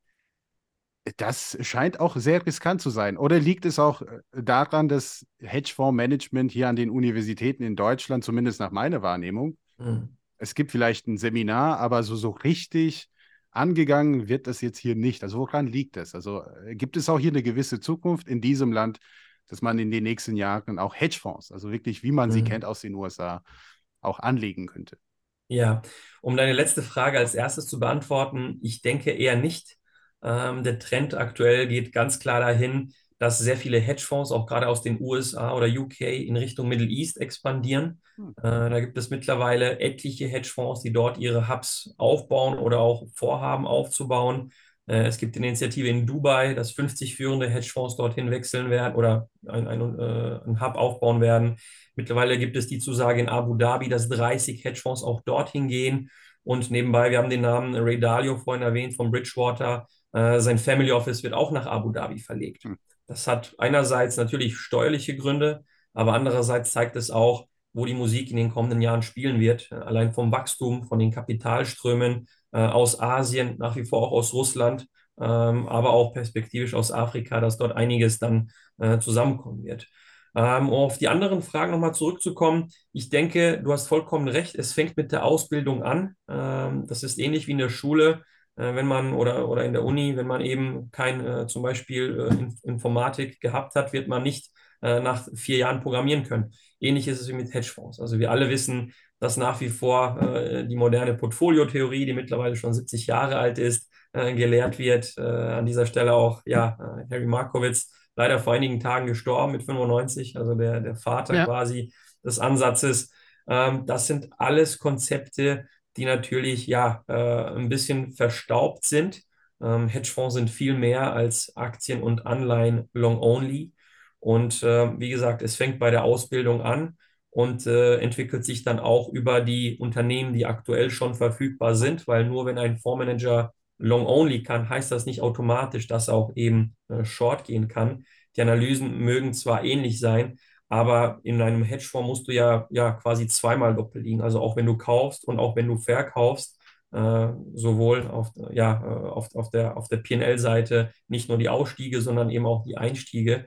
das scheint auch sehr riskant zu sein. Oder liegt es auch daran, dass Hedgefondsmanagement hier an den Universitäten in Deutschland, zumindest nach meiner Wahrnehmung,
Mhm.
es gibt vielleicht ein Seminar, aber so richtig angegangen wird das jetzt hier nicht. Also woran liegt das? Also gibt es auch hier eine gewisse Zukunft in diesem Land, dass man in den nächsten Jahren auch Hedgefonds, also wirklich wie man sie kennt
Mhm.
aus den USA, auch anlegen könnte?
Ja, um deine letzte Frage als erstes zu beantworten, ich denke eher nicht. Der Trend aktuell geht ganz klar dahin, dass sehr viele Hedgefonds, auch gerade aus den USA oder UK, in Richtung Middle East expandieren.
Hm.
Da gibt es mittlerweile etliche Hedgefonds, die dort ihre Hubs aufbauen oder auch vorhaben aufzubauen. Es gibt eine Initiative in Dubai, dass 50 führende Hedgefonds dorthin wechseln werden oder ein Hub aufbauen werden. Mittlerweile gibt es die Zusage in Abu Dhabi, dass 30 Hedgefonds auch dorthin gehen. Und nebenbei, wir haben den Namen Ray Dalio vorhin erwähnt von Bridgewater. Sein Family Office wird auch nach Abu Dhabi verlegt.
Hm.
Das hat einerseits natürlich steuerliche Gründe, aber andererseits zeigt es auch, wo die Musik in den kommenden Jahren spielen wird. Allein vom Wachstum, von den Kapitalströmen aus Asien, nach wie vor auch aus Russland, aber auch perspektivisch aus Afrika, dass dort einiges dann zusammenkommen wird. Um auf die anderen Fragen nochmal zurückzukommen, ich denke, du hast vollkommen recht, es fängt mit der Ausbildung an. Das ist ähnlich wie in der Schule, wenn man oder in der Uni, wenn man eben kein zum Beispiel Informatik gehabt hat, wird man nicht nach 4 Jahren programmieren können. Ähnlich ist es wie mit Hedgefonds. Also wir alle wissen, dass nach wie vor die moderne Portfoliotheorie, die mittlerweile schon 70 Jahre alt ist, gelehrt wird. An dieser Stelle auch ja, Harry Markowitz, leider vor einigen Tagen gestorben mit 95, also der Vater
Ja.
quasi des Ansatzes. Das sind alles Konzepte, die natürlich ja ein bisschen verstaubt sind. Hedgefonds sind viel mehr als Aktien und Anleihen long-only. Und wie gesagt, es fängt bei der Ausbildung an und entwickelt sich dann auch über die Unternehmen, die aktuell schon verfügbar sind, weil nur wenn ein Fondsmanager long-only kann, heißt das nicht automatisch, dass er auch eben short gehen kann. Die Analysen mögen zwar ähnlich sein, aber in einem Hedgefonds musst du ja quasi zweimal doppelt liegen. Also auch wenn du kaufst und auch wenn du verkaufst, sowohl auf der P&L-Seite nicht nur die Ausstiege, sondern eben auch die Einstiege.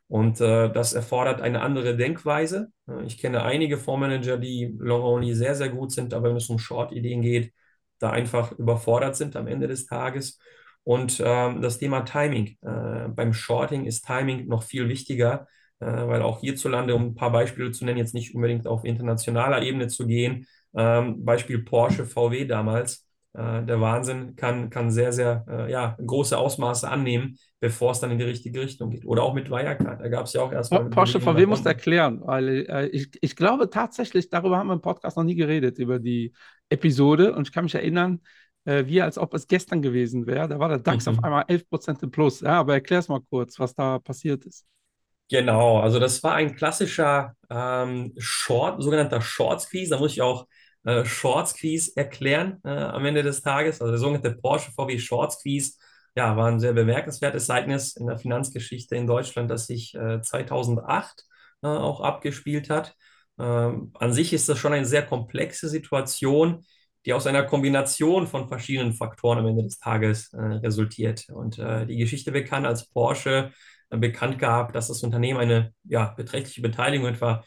Und das erfordert eine andere Denkweise. Ich kenne einige Fondsmanager, die long-only sehr, sehr gut sind, aber wenn es um Short-Ideen geht, da einfach überfordert sind am Ende des Tages. Und das Thema Timing. Beim Shorting ist Timing noch viel wichtiger, weil auch hierzulande, um ein paar Beispiele zu nennen, jetzt nicht unbedingt auf internationaler Ebene zu gehen, Beispiel Porsche, VW damals. Der Wahnsinn kann sehr, sehr ja, große Ausmaße annehmen, bevor es dann in die richtige Richtung geht. Oder auch mit Wirecard. Da gab es ja auch erstmal eine
Porsche
Bewegung
VW
nach
musst du
unten.
erklären, weil ich glaube tatsächlich, darüber haben wir im Podcast noch nie geredet, über die Episode. Und ich kann mich erinnern, wie als ob es gestern gewesen wäre. Da war der DAX auf einmal 11% im Plus. Ja, aber erklär es mal kurz, was da passiert ist.
Genau, also das war ein klassischer Short, sogenannter Short Squeeze. Da muss ich auch Short Squeeze erklären am Ende des Tages. Also der sogenannte Porsche VW Short Squeeze, ja, war ein sehr bemerkenswertes Ereignis in der Finanzgeschichte in Deutschland, das sich 2008 auch abgespielt hat. An sich ist das schon eine sehr komplexe Situation, die aus einer Kombination von verschiedenen Faktoren am Ende des Tages resultiert. Und die Geschichte bekannt als Porsche bekannt gehabt, dass das Unternehmen eine ja, beträchtliche Beteiligung, etwa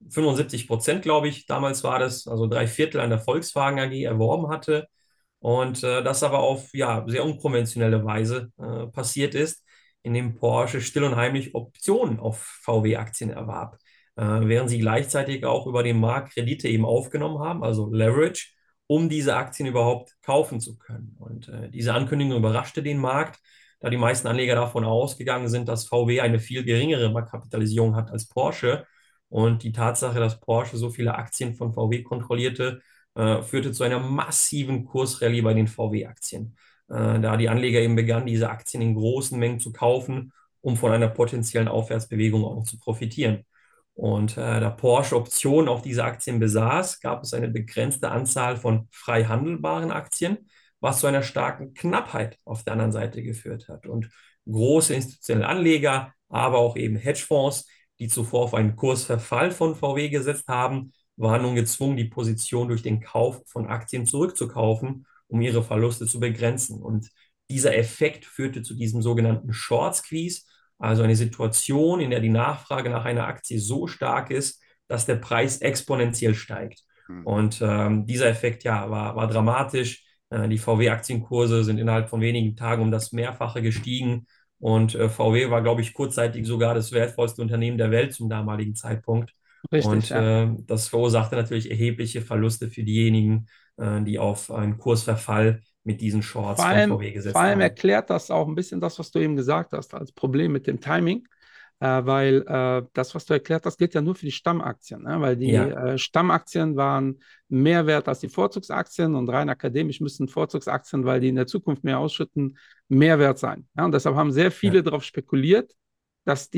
75%, glaube ich, damals war das, also 3/4 an der Volkswagen AG erworben hatte und das aber auf ja, sehr unkonventionelle Weise passiert ist, indem Porsche still und heimlich Optionen auf VW-Aktien erwarb, während sie gleichzeitig auch über den Markt Kredite eben aufgenommen haben, also Leverage, um diese Aktien überhaupt kaufen zu können. Und diese Ankündigung überraschte den Markt, da die meisten Anleger davon ausgegangen sind, dass VW eine viel geringere Marktkapitalisierung hat als Porsche. Und die Tatsache, dass Porsche so viele Aktien von VW kontrollierte, führte zu einer massiven Kursrallye bei den VW-Aktien, da die Anleger eben begannen, diese Aktien in großen Mengen zu kaufen, um von einer potenziellen Aufwärtsbewegung auch zu profitieren. Und da Porsche Optionen auf diese Aktien besaß, gab es eine begrenzte Anzahl von frei handelbaren Aktien, was zu einer starken Knappheit auf der anderen Seite geführt hat. Und große institutionelle Anleger, aber auch eben Hedgefonds, die zuvor auf einen Kursverfall von VW gesetzt haben, waren nun gezwungen, die Position durch den Kauf von Aktien zurückzukaufen, um ihre Verluste zu begrenzen. Und dieser Effekt führte zu diesem sogenannten Short Squeeze, also eine Situation, in der die Nachfrage nach einer Aktie so stark ist, dass der Preis exponentiell steigt.
Hm.
Und dieser Effekt ja, war dramatisch. Die VW-Aktienkurse sind innerhalb von wenigen Tagen um das Mehrfache gestiegen. Und VW war, glaube ich, kurzzeitig sogar das wertvollste Unternehmen der Welt zum damaligen Zeitpunkt.
Richtig,
Und
ja.
das verursachte natürlich erhebliche Verluste für diejenigen, die auf einen Kursverfall mit diesen Shorts von VW
Vor
gesetzt
allem
haben.
erklärt das auch ein bisschen das, was du eben gesagt hast, als Problem mit dem Timing. Weil das, was du erklärt hast, gilt ja nur für die Stammaktien, ne? Weil die
Ja,
Stammaktien waren mehr wert als die Vorzugsaktien und rein akademisch müssen Vorzugsaktien, weil die in der Zukunft mehr ausschütten, mehr wert sein. Ja? Und deshalb haben sehr
ja,
viele darauf spekuliert, dass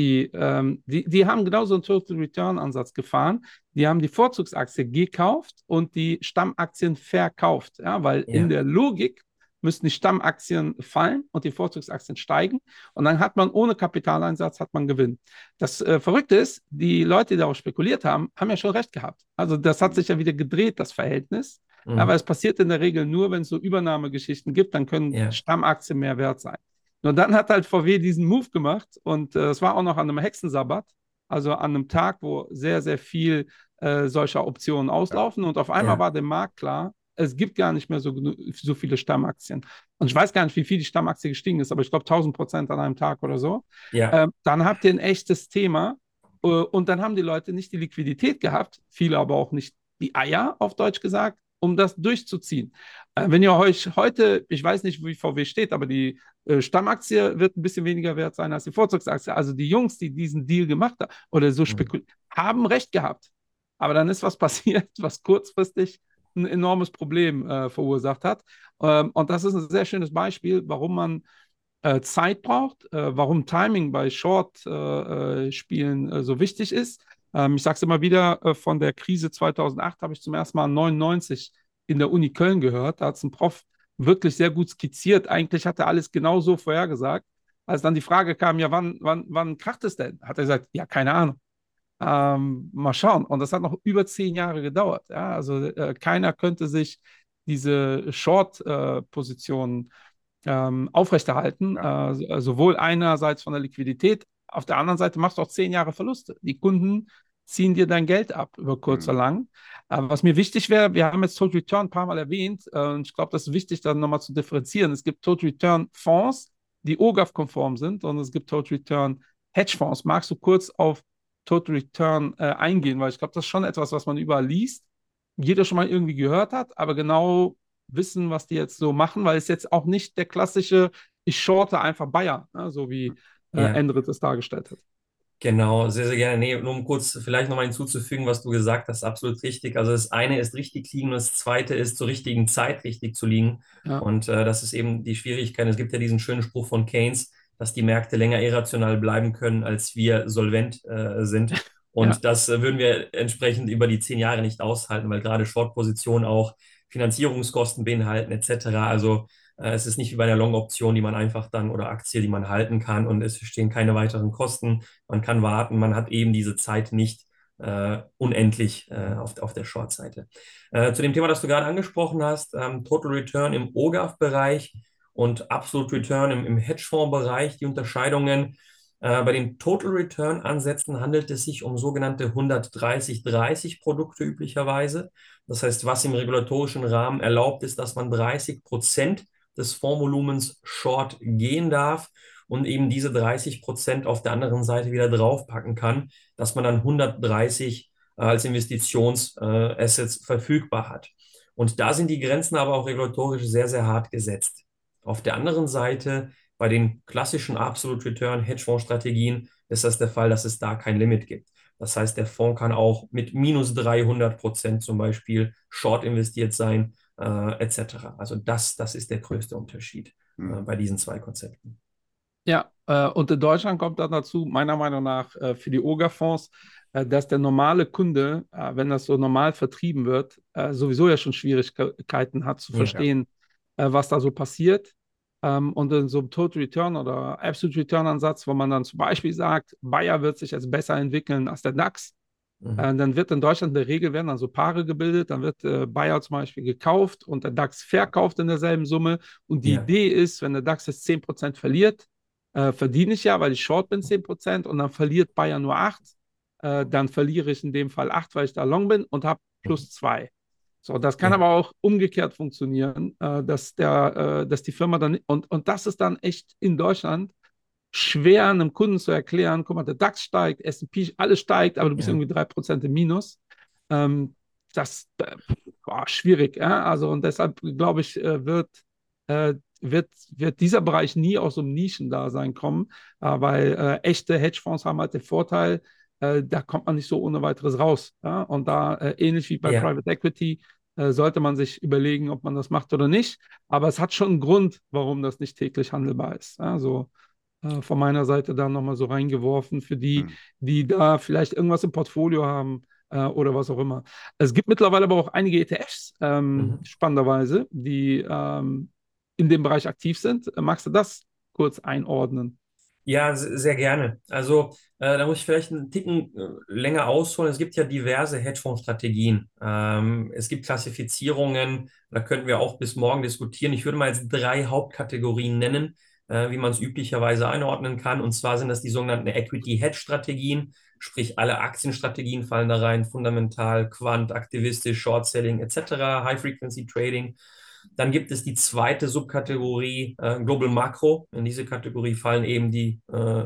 die haben genauso einen Total Return Ansatz gefahren. Die haben die Vorzugsaktie gekauft und die Stammaktien verkauft, ja? Weil in
ja,
der Logik müssten die Stammaktien fallen und die Vorzugsaktien steigen. Und dann hat man ohne Kapitaleinsatz hat man Gewinn. Das Verrückte ist, die Leute, die darauf spekuliert haben, haben ja schon recht gehabt. Also das hat sich ja wieder gedreht, das Verhältnis. Aber
mhm,
es passiert in der Regel nur, wenn es so Übernahmegeschichten gibt, dann können
ja,
Stammaktien mehr wert sein. Nur dann hat halt VW diesen Move gemacht und es war auch noch an einem Hexensabbat, also an einem Tag, wo sehr, sehr viel solcher Optionen
Ja.
auslaufen. Und auf einmal
ja,
war dem Markt klar, es gibt gar nicht mehr so viele Stammaktien. Und ich weiß gar nicht, wie viel die Stammaktie gestiegen ist, aber ich glaube 1000% an einem Tag oder so.
ja,
Dann habt ihr ein echtes Thema. Und dann haben die Leute nicht die Liquidität gehabt, viele aber auch nicht die Eier, auf Deutsch gesagt, um das durchzuziehen. Wenn ihr euch heute, ich weiß nicht, wie VW steht, aber die Stammaktie wird ein bisschen weniger wert sein als die Vorzugsaktie. Also die Jungs, die diesen Deal gemacht haben oder so
mhm,
spekulieren, haben recht gehabt. Aber dann ist was passiert, was kurzfristig ein enormes Problem verursacht hat. Und das ist ein sehr schönes Beispiel, warum man Zeit braucht, warum Timing bei Short-Spielen so wichtig ist. Ich sage es immer wieder, von der Krise 2008 habe ich zum ersten Mal 99 in der Uni Köln gehört. Da hat es ein Prof wirklich sehr gut skizziert. Eigentlich hat er alles genau so vorhergesagt. Als dann die Frage kam, ja, wann kracht es denn? Hat er gesagt, ja, keine Ahnung. Mal schauen. Und das hat noch über 10 Jahre gedauert. Ja? Also keiner könnte sich diese Short-Positionen aufrechterhalten,
Ja.
sowohl einerseits von der Liquidität auf der anderen Seite machst du auch 10 Jahre Verluste. Die Kunden ziehen dir dein Geld ab über kurz oder lang. Aber was mir wichtig wäre, wir haben jetzt Total Return ein paar Mal erwähnt, und ich glaube, das ist wichtig, dann nochmal zu differenzieren. Es gibt Total Return Fonds, die OGAF-konform sind, und es gibt Total Return Hedgefonds. Magst du kurz auf Total Return eingehen? Weil ich glaube, das ist schon etwas, was man überall liest, jeder schon mal irgendwie gehört hat, aber genau wissen, was die jetzt so machen, weil es jetzt auch nicht der klassische, ich shorte einfach Bayern, ne, so wie
Ja.
Endrit es dargestellt hat.
Genau, sehr, sehr gerne. Nee, nur um kurz vielleicht nochmal hinzuzufügen, was du gesagt hast, absolut richtig. Also das eine ist richtig liegen und das zweite ist zur richtigen Zeit richtig zu liegen.
Ja,
Und das ist eben die Schwierigkeit. Es gibt ja diesen schönen Spruch von Keynes, dass die Märkte länger irrational bleiben können, als wir solvent sind.
ja,
Und das würden wir entsprechend über die 10 Jahre nicht aushalten, weil gerade Short-Positionen auch Finanzierungskosten beinhalten etc. Also es ist nicht wie bei einer Long-Option, die man einfach dann oder Aktie, die man halten kann und es stehen keine weiteren Kosten. Man kann warten, man hat eben diese Zeit nicht unendlich auf der Short-Seite. Zu dem Thema, das du gerade angesprochen hast, Total Return im OGAF-Bereich und Absolute Return im Hedgefonds-Bereich, die Unterscheidungen. Bei den Total Return-Ansätzen handelt es sich um sogenannte 130-30-Produkte üblicherweise. Das heißt, was im regulatorischen Rahmen erlaubt ist, dass man 30% des Fondsvolumens short gehen darf und eben diese 30% auf der anderen Seite wieder draufpacken kann, dass man dann 130 als Investitionsassets verfügbar hat. Und da sind die Grenzen aber auch regulatorisch sehr, sehr hart gesetzt. Auf der anderen Seite, bei den klassischen Absolute Return Hedgefonds-Strategien ist das der Fall, dass es da kein Limit gibt. Das heißt, der Fonds kann auch mit minus 300% zum Beispiel short investiert sein, etc. Also das ist der größte Unterschied bei diesen zwei Konzepten.
ja. Und in Deutschland kommt dann dazu, meiner Meinung nach, für die OGA-Fonds, dass der normale Kunde, wenn das so normal vertrieben wird, sowieso ja schon Schwierigkeiten hat zu
Ja.
verstehen, was da so passiert. Und in so einem Total Return oder Absolute Return Ansatz, wo man dann zum Beispiel sagt, Bayer wird sich jetzt besser entwickeln als der DAX, dann wird in Deutschland in der Regel werden dann so Paare gebildet, dann wird Bayer zum Beispiel gekauft und der DAX verkauft in derselben Summe. Und die
Ja.
Idee ist, wenn der DAX jetzt 10% verliert, verdiene ich ja, weil ich short bin 10% und dann verliert Bayer nur 8. Dann verliere ich in dem Fall 8, weil ich da long bin und habe plus 2. So, das kann
Ja.
aber auch umgekehrt funktionieren, dass die Firma dann, und das ist dann echt in Deutschland schwer einem Kunden zu erklären, guck mal, der DAX steigt, S&P, alles steigt, aber du bist
Ja.
irgendwie 3% im Minus. Das war schwierig. Ja? Also, und deshalb glaube ich, wird dieser Bereich nie aus so einem Nischendasein kommen, weil echte Hedgefonds haben halt den Vorteil, da kommt man nicht so ohne weiteres raus. Ja? Und da, ähnlich wie bei
Ja.
Private Equity, sollte man sich überlegen, ob man das macht oder nicht. Aber es hat schon einen Grund, warum das nicht täglich handelbar ist. Also von meiner Seite da nochmal so reingeworfen für die, die da vielleicht irgendwas im Portfolio haben oder was auch immer. Es gibt mittlerweile aber auch einige ETFs, spannenderweise, die in dem Bereich aktiv sind. Magst du das kurz einordnen?
Ja, sehr gerne. Also da muss ich vielleicht einen Ticken länger ausholen. Es gibt ja diverse Hedgefonds-Strategien. Es gibt Klassifizierungen, da könnten wir auch bis morgen diskutieren. Ich würde mal jetzt 3 Hauptkategorien nennen, wie man es üblicherweise einordnen kann. Und zwar sind das die sogenannten Equity-Hedge-Strategien, sprich alle Aktienstrategien fallen da rein, fundamental, Quant, aktivistisch, Short-Selling etc., High-Frequency-Trading. Dann gibt es die zweite Subkategorie Global Macro. In diese Kategorie fallen eben die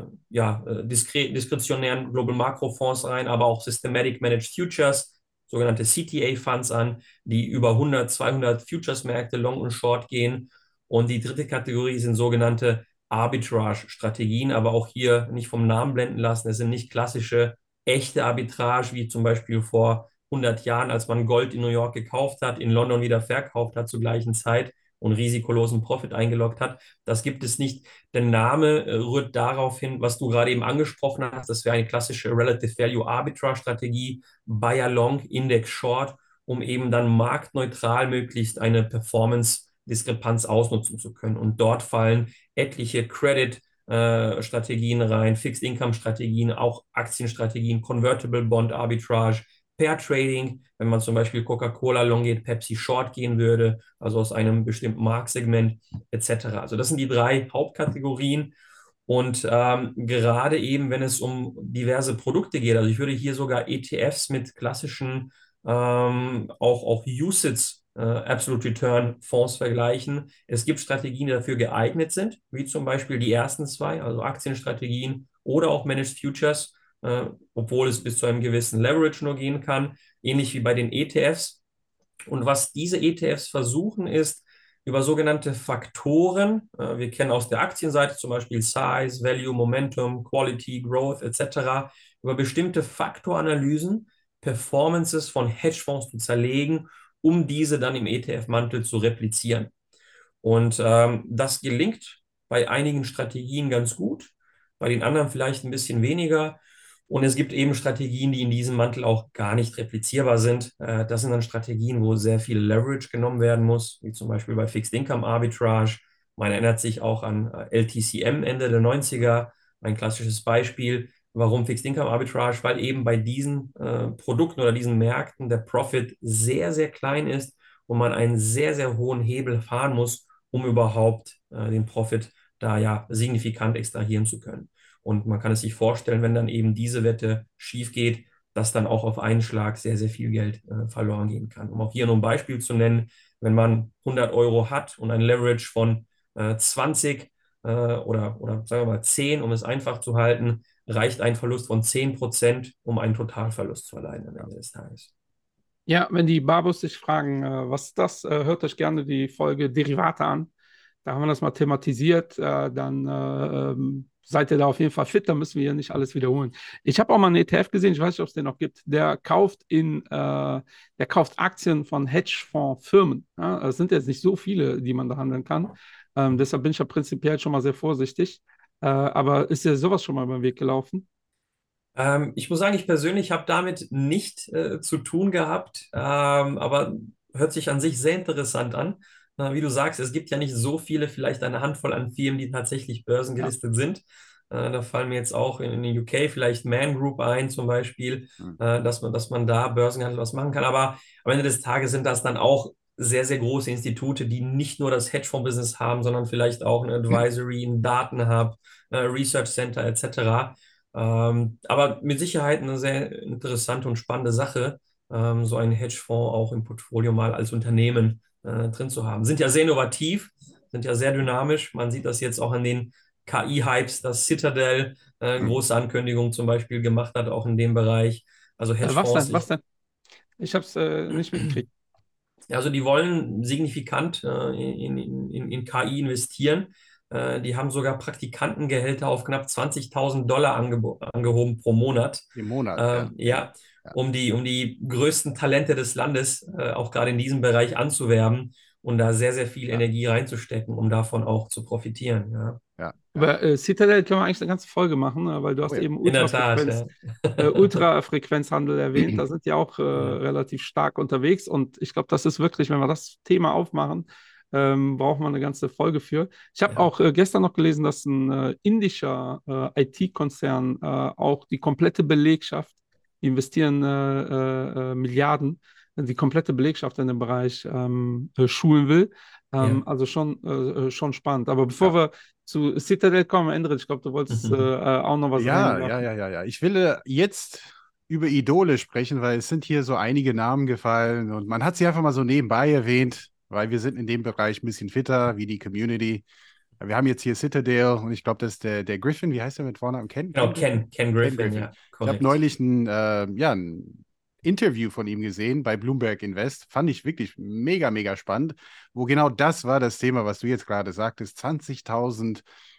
diskretionären Global Macro Fonds rein, aber auch Systematic Managed Futures, sogenannte CTA-Funds an, die über 100, 200 Futures-Märkte long und short gehen. Und die dritte Kategorie sind sogenannte Arbitrage-Strategien, aber auch hier nicht vom Namen blenden lassen. Es sind nicht klassische, echte Arbitrage, wie zum Beispiel vor 100 Jahren, als man Gold in New York gekauft hat, in London wieder verkauft hat zur gleichen Zeit und risikolosen Profit eingeloggt hat. Das gibt es nicht. Der Name rührt darauf hin, was du gerade eben angesprochen hast. Das wäre eine klassische Relative Value Arbitrage Strategie, Buyer Long, Index Short, um eben dann marktneutral möglichst eine Performance-Diskrepanz ausnutzen zu können. Und dort fallen etliche Credit-Strategien rein, Fixed-Income-Strategien, auch Aktienstrategien, Convertible Bond Arbitrage, Pair Trading, wenn man zum Beispiel Coca-Cola long geht, Pepsi short gehen würde, also aus einem bestimmten Marktsegment etc. Also das sind die 3 Hauptkategorien. Und gerade eben, wenn es um diverse Produkte geht, also ich würde hier sogar ETFs mit klassischen auch UCITS, Absolute Return Fonds vergleichen. Es gibt Strategien, die dafür geeignet sind, wie zum Beispiel die ersten zwei, also Aktienstrategien oder auch Managed Futures, obwohl es bis zu einem gewissen Leverage nur gehen kann, ähnlich wie bei den ETFs. Und was diese ETFs versuchen, ist, über sogenannte Faktoren, wir kennen aus der Aktienseite zum Beispiel Size, Value, Momentum, Quality, Growth etc., über bestimmte Faktoranalysen Performances von Hedgefonds zu zerlegen, um diese dann im ETF-Mantel zu replizieren. Und das gelingt bei einigen Strategien ganz gut, bei den anderen vielleicht ein bisschen weniger. Und es gibt eben Strategien, die in diesem Mantel auch gar nicht replizierbar sind. Das sind dann Strategien, wo sehr viel Leverage genommen werden muss, wie zum Beispiel bei Fixed Income Arbitrage. Man erinnert sich auch an LTCM Ende der 90er, ein klassisches Beispiel. Warum Fixed Income Arbitrage? Weil eben bei diesen Produkten oder diesen Märkten der Profit sehr, sehr klein ist und man einen sehr, sehr hohen Hebel fahren muss, um überhaupt den Profit da ja signifikant extrahieren zu können. Und man kann es sich vorstellen, wenn dann eben diese Wette schief geht, dass dann auch auf einen Schlag sehr, sehr viel Geld verloren gehen kann. Um auch hier nur ein Beispiel zu nennen, wenn man 100 Euro hat und ein Leverage von 20 oder sagen wir mal 10, um es einfach zu halten, reicht ein Verlust von 10%, um einen Totalverlust zu erleiden am Ende des Tages.
Ja, wenn die Babus sich fragen, was ist das, hört euch gerne die Folge Derivate an. Da haben wir das mal thematisiert. Dann seid ihr da auf jeden Fall fit. Da müssen wir hier nicht alles wiederholen. Ich habe auch mal einen ETF gesehen, ich weiß nicht, ob es den noch gibt. Der kauft Aktien von Hedgefondsfirmen. Ja? Es sind jetzt nicht so viele, die man da handeln kann. Deshalb bin ich ja prinzipiell schon mal sehr vorsichtig. Aber ist dir sowas schon mal über den Weg gelaufen?
Ich muss sagen, ich persönlich habe damit nicht zu tun gehabt, aber hört sich an sich sehr interessant an. Wie du sagst, es gibt ja nicht so viele, vielleicht eine Handvoll an Firmen, die tatsächlich
Ja.
börsengelistet sind. Da fallen mir jetzt auch in den UK vielleicht Man Group ein, zum Beispiel,
Hm.
dass man da Börsenhandel was machen kann. Aber am Ende des Tages sind das dann auch sehr, sehr große Institute, die nicht nur das Hedgefonds-Business haben, sondern vielleicht auch ein Advisory, ein Datenhub, Research Center etc. Aber mit Sicherheit eine sehr interessante und spannende Sache, so einen Hedgefonds auch im Portfolio mal als Unternehmen drin zu haben. Sind ja sehr innovativ, sind ja sehr dynamisch. Man sieht das jetzt auch an den KI-Hypes, dass Citadel große Ankündigungen zum Beispiel gemacht hat, auch in dem Bereich. Also
Was
Hedgefonds,
denn? Was denn? Ich habe es nicht mitgekriegt.
also die wollen signifikant in KI investieren. Die haben sogar Praktikantengehälter auf knapp 20.000 Dollar angehoben pro Monat.
Im Monat, ja.
Ja,
Ja.
um die größten Talente des Landes auch gerade in diesem Bereich anzuwerben und da sehr, sehr viel
Ja.
Energie reinzustecken, um davon auch zu profitieren. Ja.
Ja.
Über Citadel können wir eigentlich eine ganze Folge machen, weil du
Oh
hast
ja.
eben
In der Tat, ja.
Ultrafrequenzhandel erwähnt. Da sind die auch
Ja.
relativ stark unterwegs. Und ich glaube, das ist wirklich, wenn wir das Thema aufmachen, brauchen wir eine ganze Folge für. Ich habe
Ja.
auch gestern noch gelesen, dass ein indischer IT-Konzern auch die komplette Belegschaft, die investieren Milliarden, die komplette Belegschaft in dem Bereich schulen will.
Ja.
Also schon spannend. Aber bevor
Ja.
wir zu Citadel kommen, Endre, ich glaube, du wolltest auch noch was
Ja,
reinwerfen.
ja. Ich will jetzt über Idole sprechen, weil es sind hier so einige Namen gefallen und man hat sie einfach mal so nebenbei erwähnt, weil wir sind in dem Bereich ein bisschen fitter wie die Community. Wir haben jetzt hier Citadel und ich glaube, das ist der Griffin. Wie heißt der mit Vornamen?
Genau,
Griffin?
Ken
Ken
Griffin,
Griffin.
ja,
Ich habe
korrekt.
neulich ein Interview von ihm gesehen bei Bloomberg Invest. Fand ich wirklich mega, mega spannend, wo genau das war das Thema, was du jetzt gerade sagtest. 20.000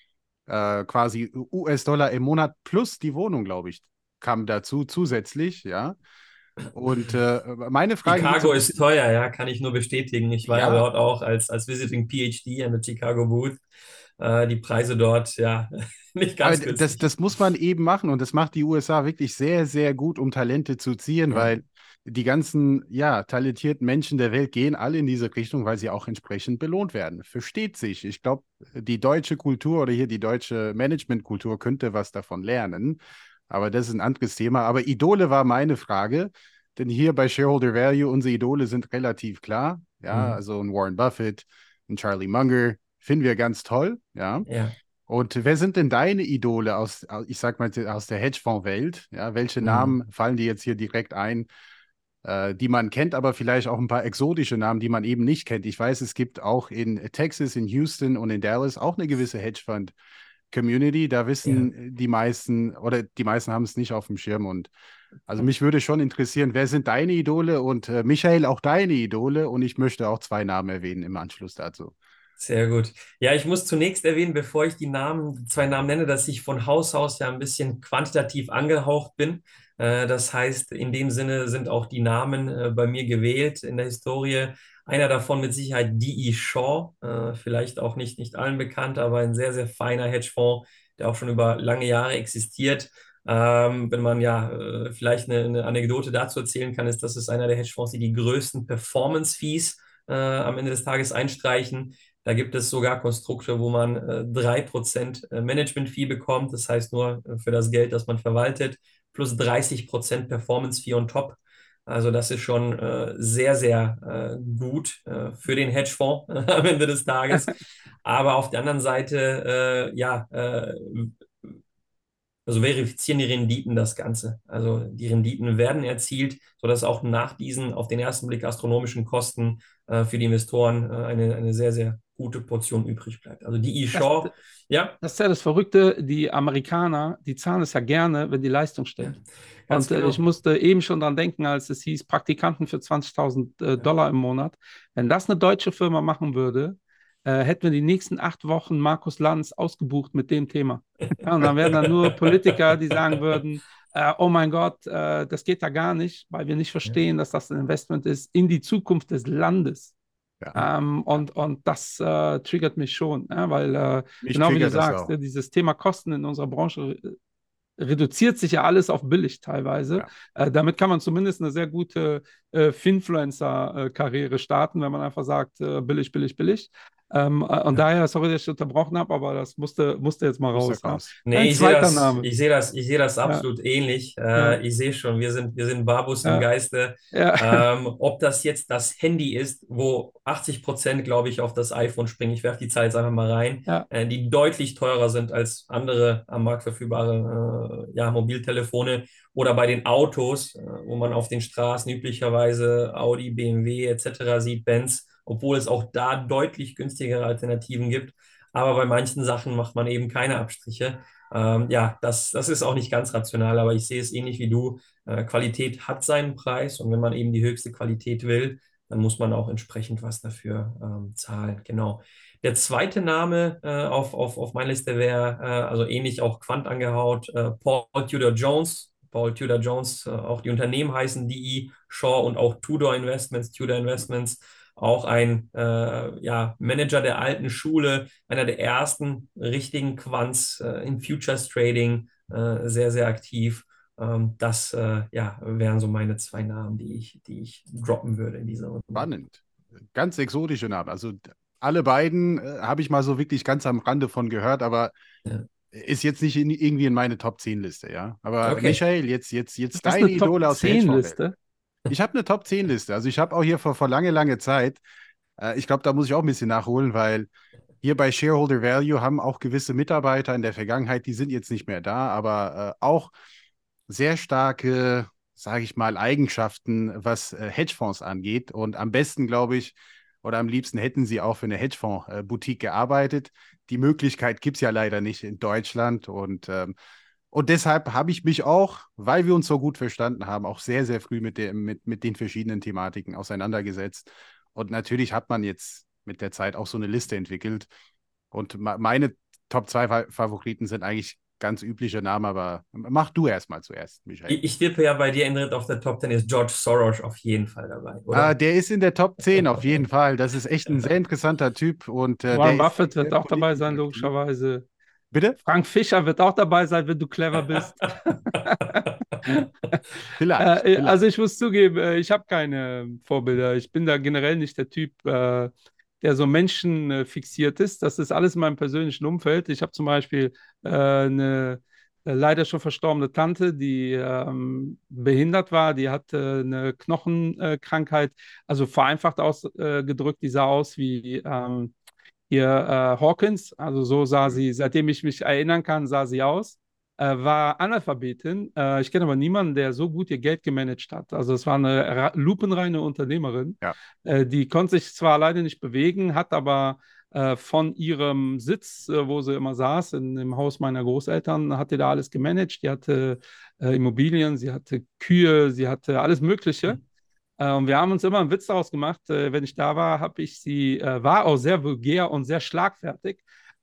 quasi US-Dollar im Monat plus die Wohnung, glaube ich, kam dazu zusätzlich, ja. Und meine Frage geht so
Chicago
ein
ist
bisschen,
teuer, ja, kann ich nur bestätigen. Ich war ja
ja,
dort auch als Visiting PhD an der Chicago Booth. Die Preise dort, ja, nicht
aber
ganz
das,
günstig.
das muss man eben machen und das macht die USA wirklich sehr, sehr gut, um Talente zu ziehen,
Ja.
weil die ganzen, ja, talentierten Menschen der Welt gehen alle in diese Richtung, weil sie auch entsprechend belohnt werden. Versteht sich. Ich glaube, die deutsche Kultur oder hier die deutsche Managementkultur könnte was davon lernen, aber das ist ein anderes Thema. Aber Idole war meine Frage, denn hier bei Shareholder Value, unsere Idole sind relativ klar. Ja,
Mhm.
also ein Warren Buffett, ein Charlie Munger, finden wir ganz toll, ja.
Ja.
Und wer sind denn deine Idole ich sag mal, aus der Hedgefonds-Welt? Ja, welche
Mhm.
Namen fallen dir jetzt hier direkt ein, die man kennt, aber vielleicht auch ein paar exotische Namen, die man eben nicht kennt? Ich weiß, es gibt auch in Texas, in Houston und in Dallas auch eine gewisse Hedgefund-Community. Da
Ja.
wissen die meisten oder die meisten haben es nicht auf dem Schirm. Und also mich würde schon interessieren, wer sind deine Idole und Michael, auch deine Idole? Und ich möchte auch zwei Namen erwähnen im Anschluss dazu.
Sehr gut. Ja, ich muss zunächst erwähnen, bevor ich die zwei Namen nenne, dass ich von Haus aus ja ein bisschen quantitativ angehaucht bin. Das heißt, in dem Sinne sind auch die Namen bei mir gewählt in der Historie. Einer davon mit Sicherheit D.E. Shaw, vielleicht auch nicht allen bekannt, aber ein sehr, sehr feiner Hedgefonds, der auch schon über lange Jahre existiert. Wenn man ja vielleicht eine Anekdote dazu erzählen kann, ist, dass es einer der Hedgefonds, die größten Performance-Fees am Ende des Tages einstreichen. Da gibt es sogar Konstrukte, wo man 3% Management-Fee bekommt, das heißt nur für das Geld, das man verwaltet, plus 30% Performance-Fee on top. Also das ist schon sehr, sehr gut für den Hedgefonds am Ende des Tages. Aber auf der anderen Seite, also verifizieren die Renditen das Ganze. Also die Renditen werden erzielt, sodass auch nach diesen auf den ersten Blick astronomischen Kosten für die Investoren eine sehr, sehr gute Portion übrig bleibt. Also die
Das,
E-Shaw, ja,
das ist ja das Verrückte, die Amerikaner, die zahlen es ja gerne, wenn die Leistung
ja,
stimmt.
ganz
Und ich
genau.
musste eben schon dran denken, als es hieß, Praktikanten für 20.000 Dollar im Monat. Wenn das eine deutsche Firma machen würde, hätten wir die nächsten 8 Wochen Markus Lanz ausgebucht mit dem Thema. Ja, und dann wären dann nur Politiker, die sagen würden, oh mein Gott, das geht da gar nicht, weil wir nicht
Ja,
verstehen, dass das ein Investment ist in die Zukunft des Landes.
Ja, ja.
Und das triggert mich schon, ja, weil
Mich
genau wie du
triggert das
sagst,
auch.
dieses Thema Kosten in unserer Branche reduziert sich ja alles auf billig teilweise.
Ja.
Damit kann man zumindest eine sehr gute Finfluencer-Karriere starten, wenn man einfach sagt, billig, billig, billig. Und
ja.
daher, sorry, dass ich unterbrochen habe, aber das musste jetzt mal
Muss da
raus. Ja.
raus.
Nee,
Ein zweiter Name.
ich sehe das
Ja,
absolut ähnlich.
ja,
Ich sehe schon, wir sind Babus im
ja,
Geiste.
ja,
Ob das jetzt das Handy ist, wo 80%, glaube ich, auf das iPhone springen, ich werfe die Zahl jetzt einfach mal rein,
ja.
die deutlich teurer sind als andere am Markt verfügbare ja, Mobiltelefone oder bei den Autos, wo man auf den Straßen üblicherweise Audi, BMW etc. sieht, Benz, obwohl es auch da deutlich günstigere Alternativen gibt. Aber bei manchen Sachen macht man eben keine Abstriche. Ja, das ist auch nicht ganz rational, aber ich sehe es ähnlich wie du. Qualität hat seinen Preis und wenn man eben die höchste Qualität will, dann muss man auch entsprechend was dafür zahlen. Genau. Der zweite Name auf meiner Liste wäre, also ähnlich auch Quant angehaut, Paul Tudor Jones. Paul Tudor Jones, auch die Unternehmen heißen DE Shaw und auch Tudor Investments, auch ein ja, Manager der alten Schule, einer der ersten richtigen Quants in Futures Trading, sehr, sehr aktiv. Das ja, wären so meine zwei Namen, die ich droppen würde in dieser Runde.
Spannend. Ganz exotische Namen. Also alle beiden habe ich mal so wirklich ganz am Rande von gehört, aber
Ja.
ist jetzt nicht irgendwie in meine Top 10 Liste, ja. Aber
Okay.
Michael,
Du
jetzt
hast
deine
eine Top
Idole aus der
10
Hedgefonds-Welt.
Liste.
Ich habe eine Top 10 Liste. Also ich habe auch hier vor lange Zeit, ich glaube, da muss ich auch ein bisschen nachholen, weil hier bei Shareholder Value haben auch gewisse Mitarbeiter in der Vergangenheit, die sind jetzt nicht mehr da, aber auch sehr starke, sage ich mal, Eigenschaften, was Hedgefonds angeht. Und am besten, glaube ich, oder am liebsten hätten sie auch für eine Hedgefonds-Boutique gearbeitet. Die Möglichkeit gibt es ja leider nicht in Deutschland. Und deshalb habe ich mich auch, weil wir uns so gut verstanden haben, auch sehr, sehr früh mit den verschiedenen Thematiken auseinandergesetzt. Und natürlich hat man jetzt mit der Zeit auch so eine Liste entwickelt. Und meine Top 2 Favoriten sind eigentlich ganz übliche Namen, aber mach du erstmal zuerst, Michael.
Ich tippe ja bei dir, Ingrid, auf der Top 10 ist George Soros auf jeden Fall dabei, oder?
Der ist in der Top 10 auf jeden Fall. Das ist echt ein sehr interessanter Typ und der
Warren
ist
Buffett
sehr
wird auch dabei
politisch
sein,
aktiv.
logischerweise.
Bitte?
Frank Fischer wird auch dabei sein, wenn du clever bist.
Vielleicht,
Also
vielleicht.
ich muss zugeben, ich habe keine Vorbilder. Ich bin da generell nicht der Typ, der so Menschen fixiert ist. Das ist alles in meinem persönlichen Umfeld. Ich habe zum Beispiel eine leider schon verstorbene Tante, die behindert war. Die hatte eine Knochenkrankheit. Also vereinfacht ausgedrückt, die sah aus wie Hier Hawkins, also so sah sie, seitdem ich mich erinnern kann, sah sie aus, war Analphabetin. Ich kenne aber niemanden, der so gut ihr Geld gemanagt hat. Also es war eine lupenreine Unternehmerin.
Ja.
Die konnte sich zwar alleine nicht bewegen, hat aber von ihrem Sitz, wo sie immer saß, im Haus meiner Großeltern, hat die da alles gemanagt. Die hatte Immobilien, sie hatte Kühe, sie hatte alles Mögliche. Und wir haben uns immer einen Witz daraus gemacht, wenn ich da war, habe ich sie, war auch sehr vulgär und sehr schlagfertig.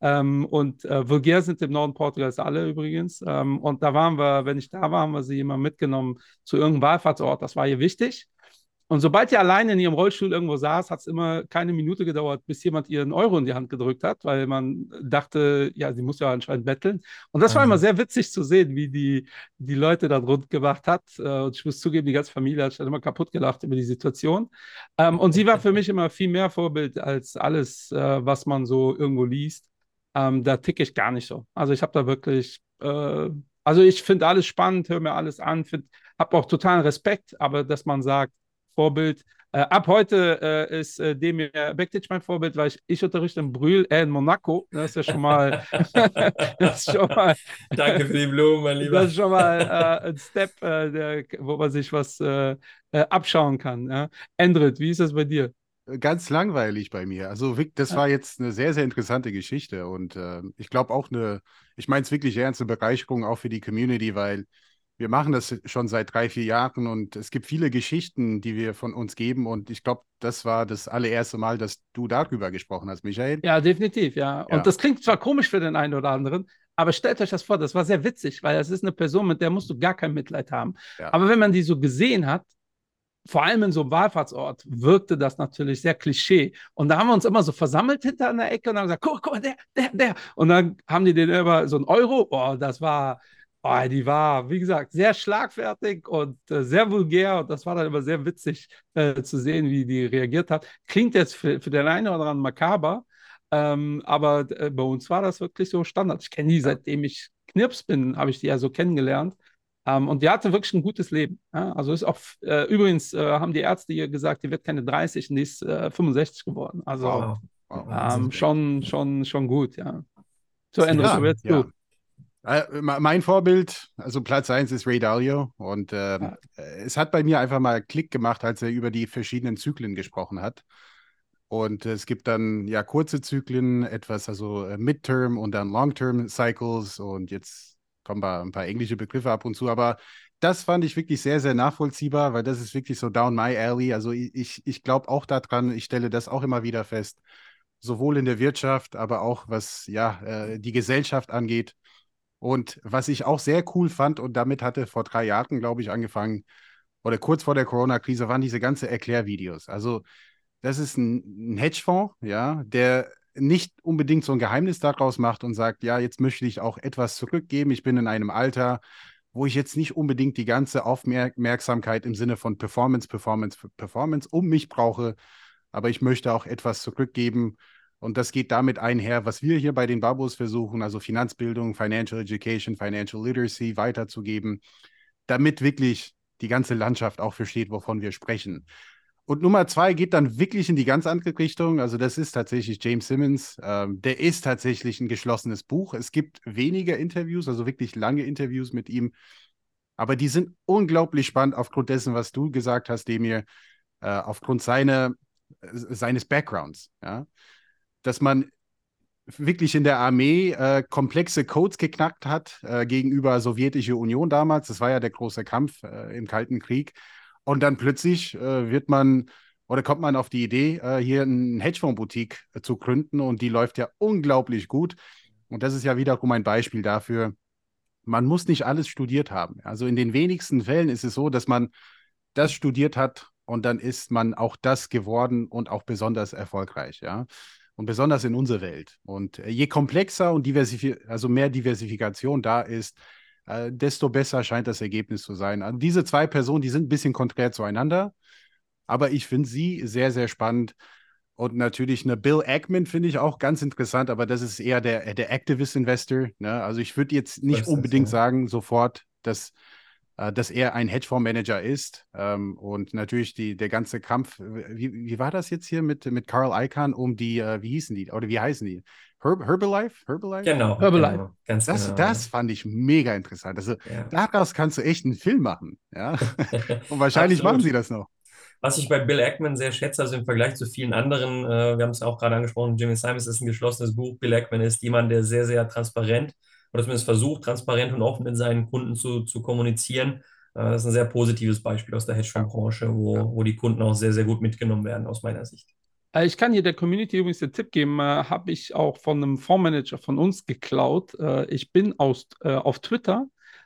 Und vulgär sind im Norden Portugals alle übrigens. Und da waren wir, wenn ich da war, haben wir sie immer mitgenommen zu irgendeinem Wallfahrtsort. Das war ihr wichtig. Und sobald ihr alleine in ihrem Rollstuhl irgendwo saß, hat es immer keine Minute gedauert, bis jemand ihr einen Euro in die Hand gedrückt hat, weil man dachte, ja, sie muss ja anscheinend betteln. Und das war immer
Wahnsinn.
sehr witzig zu sehen, wie die Leute da rund gemacht hat. Und ich muss zugeben, die ganze Familie hat sich dann immer kaputt gelacht über die Situation. Und sie war für mich immer viel mehr Vorbild als alles, was man so irgendwo liest. Da ticke ich gar nicht so. Also ich habe da wirklich, also ich finde alles spannend, höre mir alles an, habe auch totalen Respekt, aber dass man sagt, Vorbild. Ab heute ist Demir Bektic mein Vorbild, weil ich unterrichte in Brühl, in Monaco. Das ist ja schon mal, das ist schon mal,
Danke für die Blumen, mein
das
Lieber.
ist schon mal ein Step, wo man sich was abschauen kann. Ja? Endrit, wie ist das bei dir?
Ganz langweilig bei mir. Also das war jetzt eine sehr, sehr interessante Geschichte und ich glaube auch ich meine es wirklich ernst, eine Bereicherung auch für die Community, weil wir machen das schon seit 3, 4 Jahren und es gibt viele Geschichten, die wir von uns geben und ich glaube, das war das allererste Mal, dass du darüber gesprochen hast, Michael.
Ja, definitiv, ja. Und
Ja,
das klingt zwar komisch für den einen oder anderen, aber stellt euch das vor, das war sehr witzig, weil das ist eine Person, mit der musst du gar kein Mitleid haben.
ja.
Aber wenn man die so gesehen hat, vor allem in so einem Wallfahrtsort wirkte das natürlich sehr Klischee. Und da haben wir uns immer so versammelt hinter einer Ecke und haben gesagt, guck mal, der. Und dann haben die den immer so einen Euro. Oh, die war, wie gesagt, sehr schlagfertig und sehr vulgär. Und das war dann immer sehr witzig zu sehen, wie die reagiert hat. Klingt jetzt für den einen oder anderen makaber, aber bei uns war das wirklich so Standard. Ich kenne die,
Ja.
seitdem ich Knirps bin, habe ich die ja so kennengelernt. Und die hatte wirklich ein gutes Leben. Ja? Also ist auch, übrigens haben die Ärzte ihr gesagt, die wird keine 30, und die ist 65 geworden. Also
Wow.
Wow,
Wow.
Wahnsinn.
schon gut, ja. So, Endrit,
Ja,
aber jetzt
ja.
du.
Mein Vorbild, also Platz 1 ist Ray Dalio und
Ja,
es hat bei mir einfach mal Klick gemacht, als er über die verschiedenen Zyklen gesprochen hat. Und es gibt dann ja kurze Zyklen, etwas, also Midterm und dann Long-Term Cycles und jetzt kommen ein paar englische Begriffe ab und zu, aber das fand ich wirklich sehr, sehr nachvollziehbar, weil das ist wirklich so down my alley. Also ich glaube auch daran, ich stelle das auch immer wieder fest, sowohl in der Wirtschaft, aber auch was ja die Gesellschaft angeht. Und was ich auch sehr cool fand, und damit hatte vor 3 Jahren, glaube ich, angefangen, oder kurz vor der Corona-Krise, waren diese ganze Erklärvideos. Also das ist ein Hedgefonds, ja, der nicht unbedingt so ein Geheimnis daraus macht und sagt, ja, jetzt möchte ich auch etwas zurückgeben. Ich bin in einem Alter, wo ich jetzt nicht unbedingt die ganze Aufmerksamkeit im Sinne von Performance, Performance, Performance um mich brauche, aber ich möchte auch etwas zurückgeben. Und das geht damit einher, was wir hier bei den Babos versuchen, also Finanzbildung, Financial Education, Financial Literacy weiterzugeben, damit wirklich die ganze Landschaft auch versteht, wovon wir sprechen. Und Nummer 2 geht dann wirklich in die ganz andere Richtung. Also das ist tatsächlich James Simmons. Der ist tatsächlich ein geschlossenes Buch. Es gibt weniger Interviews, also wirklich lange Interviews mit ihm. Aber die sind unglaublich spannend aufgrund dessen, was du gesagt hast, Demir, aufgrund seines Backgrounds. Ja? Dass man wirklich in der Armee komplexe Codes geknackt hat gegenüber Sowjetische Union damals. Das war ja der große Kampf im Kalten Krieg. Und dann plötzlich kommt man auf die Idee, hier eine Hedgefonds-Boutique zu gründen und die läuft ja unglaublich gut. Und das ist ja wiederum ein Beispiel dafür, man muss nicht alles studiert haben. Also in den wenigsten Fällen ist es so, dass man das studiert hat und dann ist man auch das geworden und auch besonders erfolgreich, ja. Und besonders in unserer Welt. Und je komplexer und also mehr Diversifikation da ist, desto besser scheint das Ergebnis zu sein. Also diese zwei Personen, die sind ein bisschen konträr zueinander, aber ich finde sie sehr, sehr spannend. Und natürlich eine Bill Ackman finde ich auch ganz interessant, aber das ist eher der Activist Investor. Ne? Also ich würde jetzt
So
nicht
ist das,
unbedingt
ja.
sagen sofort, dass dass er ein Hedgefondsmanager ist. Und natürlich der ganze Kampf, wie war das jetzt hier mit Carl Icahn um die, wie hießen die, oder wie heißen die? Herbalife?
Genau,
Herbalife.
ganz genau.
Das fand ich mega interessant. Also
Ja.
daraus kannst du echt einen Film machen. Ja? Und wahrscheinlich
Absolut.
machen sie das noch.
Was ich bei Bill Ackman sehr schätze, also im Vergleich zu vielen anderen, wir haben es auch gerade angesprochen, Jimmy Simons ist ein geschlossenes Buch. Bill Ackman ist jemand, der sehr, sehr transparent oder zumindest versucht, transparent und offen mit seinen Kunden zu kommunizieren. Das ist ein sehr positives Beispiel aus der Hedgefondsbranche, wo die Kunden auch sehr, sehr gut mitgenommen werden, aus meiner Sicht.
Ich kann hier der Community übrigens den Tipp geben, habe ich auch von einem Fondsmanager von uns geklaut. Ich bin auf Twitter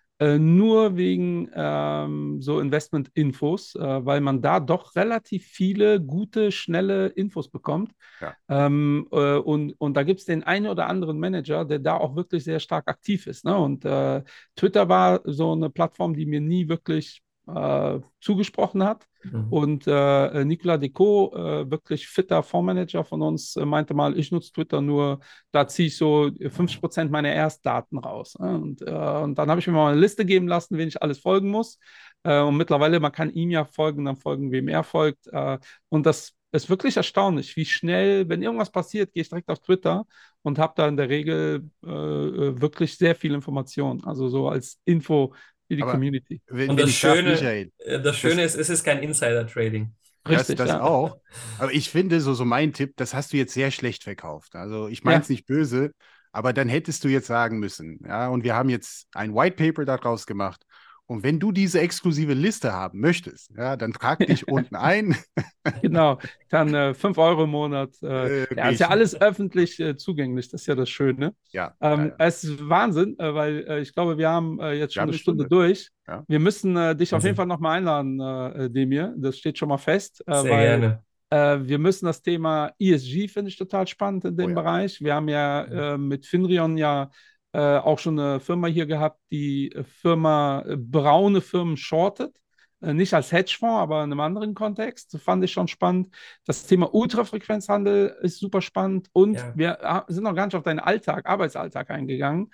nur wegen so Investment-Infos, weil man da doch relativ viele gute, schnelle Infos bekommt.
Ja.
Und da gibt es den einen oder anderen Manager, der da auch wirklich sehr stark aktiv ist. Ne? Und Twitter war so eine Plattform, die mir nie wirklich zugesprochen hat. Und Nicolas Decaux, wirklich fitter Fondsmanager von uns, meinte mal, ich nutze Twitter nur, da ziehe ich so 50% meiner Erstdaten raus. Und dann habe ich mir mal eine Liste geben lassen, wen ich alles folgen muss. Und mittlerweile, man kann ihm ja folgen, dann folgen, wem er folgt. Und das ist wirklich erstaunlich, wie schnell, wenn irgendwas passiert, gehe ich direkt auf Twitter und habe da in der Regel wirklich sehr viel Information. Also so als Info für die Community.
Und das Schöne ist, es ist kein Insider-Trading.
Richtig,
das auch. Aber ich finde, so mein Tipp, das hast du jetzt sehr schlecht verkauft. Also ich meine es nicht böse, aber dann hättest du jetzt sagen müssen, ja, und wir haben jetzt ein White Paper daraus gemacht. Und wenn du diese exklusive Liste haben möchtest, ja, dann trag dich unten ein.
Genau, dann 5 Euro im Monat. Ist ja alles öffentlich zugänglich, das ist ja das Schöne.
Ja,
Es ist Wahnsinn, weil ich glaube, wir haben jetzt schon eine Stunde durch.
Ja.
Wir müssen dich auf jeden Fall nochmal einladen, Demir. Das steht schon mal fest.
Sehr
gerne. Wir müssen das Thema ESG, finde ich total spannend in dem Bereich. Wir haben ja mit Finrion auch schon eine Firma hier gehabt, die Firma braune Firmen shortet. Nicht als Hedgefonds, aber in einem anderen Kontext. Das fand ich schon spannend. Das Thema Ultrafrequenzhandel ist super spannend. Und wir sind noch gar nicht auf deinen Arbeitsalltag eingegangen,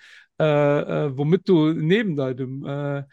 womit du neben deinem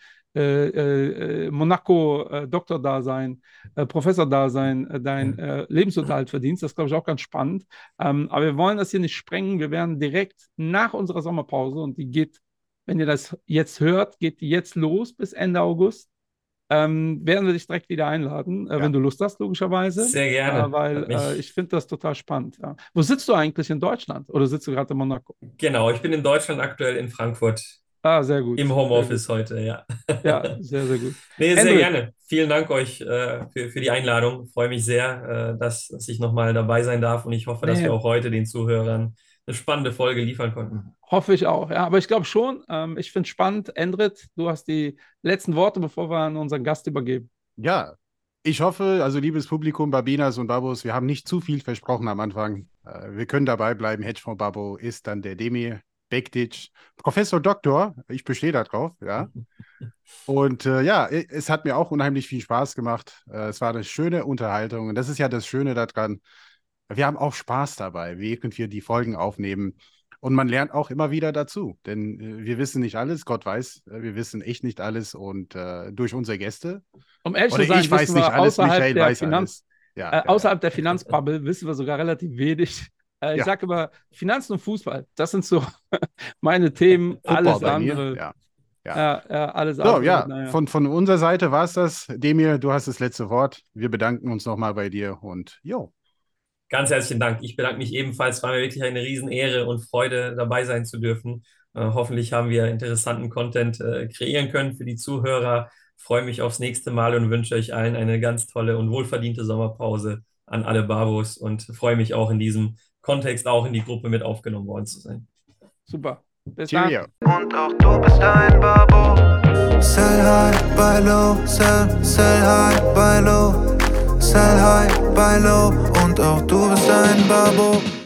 Monaco-Doktordasein, Professordasein, dein Lebensunterhalt verdienst. Das ist, glaube ich, auch ganz spannend. Aber wir wollen das hier nicht sprengen. Wir werden direkt nach unserer Sommerpause, und die geht, wenn ihr das jetzt hört, geht die jetzt los bis Ende August. Werden wir dich direkt wieder einladen, wenn du Lust hast, logischerweise.
Sehr gerne.
Weil ich finde das total spannend. Ja. Wo sitzt du eigentlich in Deutschland? Oder sitzt du gerade in Monaco?
Genau, ich bin in Deutschland aktuell in Frankfurt.
Sehr gut.
Im Homeoffice heute, ja.
Ja, sehr, sehr gut.
Nee, sehr gerne. Vielen Dank euch für die Einladung. Freue mich sehr, dass ich nochmal dabei sein darf, und ich hoffe, dass wir auch heute den Zuhörern eine spannende Folge liefern konnten.
Hoffe ich auch, ja. Aber ich glaube schon, ich finde es spannend. Endrit, du hast die letzten Worte, bevor wir an unseren Gast übergeben.
Ja, ich hoffe, also liebes Publikum, Babinas und Babos, wir haben nicht zu viel versprochen am Anfang. Wir können dabei bleiben. Hedgefonds-Babo ist dann der Demir Bektic, Professor Doktor, ich bestehe da drauf, ja. Und es hat mir auch unheimlich viel Spaß gemacht. Es war eine schöne Unterhaltung, und das ist ja das Schöne daran. Wir haben auch Spaß dabei, während wir die Folgen aufnehmen. Und man lernt auch immer wieder dazu, denn wir wissen nicht alles, Gott weiß, wir wissen echt nicht alles, und durch unsere Gäste.
Um ehrlich zu sein,
ich weiß nicht alles, Michael weiß alles.
Ja, außerhalb der Finanzbubble wissen wir sogar relativ wenig. Ich sage immer, Finanzen und Fußball, das sind so meine Themen. Alles andere. Alles andere.
Von unserer Seite war es das. Demir, du hast das letzte Wort. Wir bedanken uns nochmal bei dir, und
Ganz herzlichen Dank. Ich bedanke mich ebenfalls. Es war mir wirklich eine Riesenehre und Freude, dabei sein zu dürfen. Hoffentlich haben wir interessanten Content kreieren können für die Zuhörer. Freue mich aufs nächste Mal und wünsche euch allen eine ganz tolle und wohlverdiente Sommerpause an alle Babos, und freue mich auch in diesem Kontext auch in die Gruppe mit aufgenommen worden zu sein.
Super. Bis
dann.
Und auch du bist ein Babo. Sell high, buy low, sell high, buy low. Sell high, buy low. Und auch du bist ein Babo.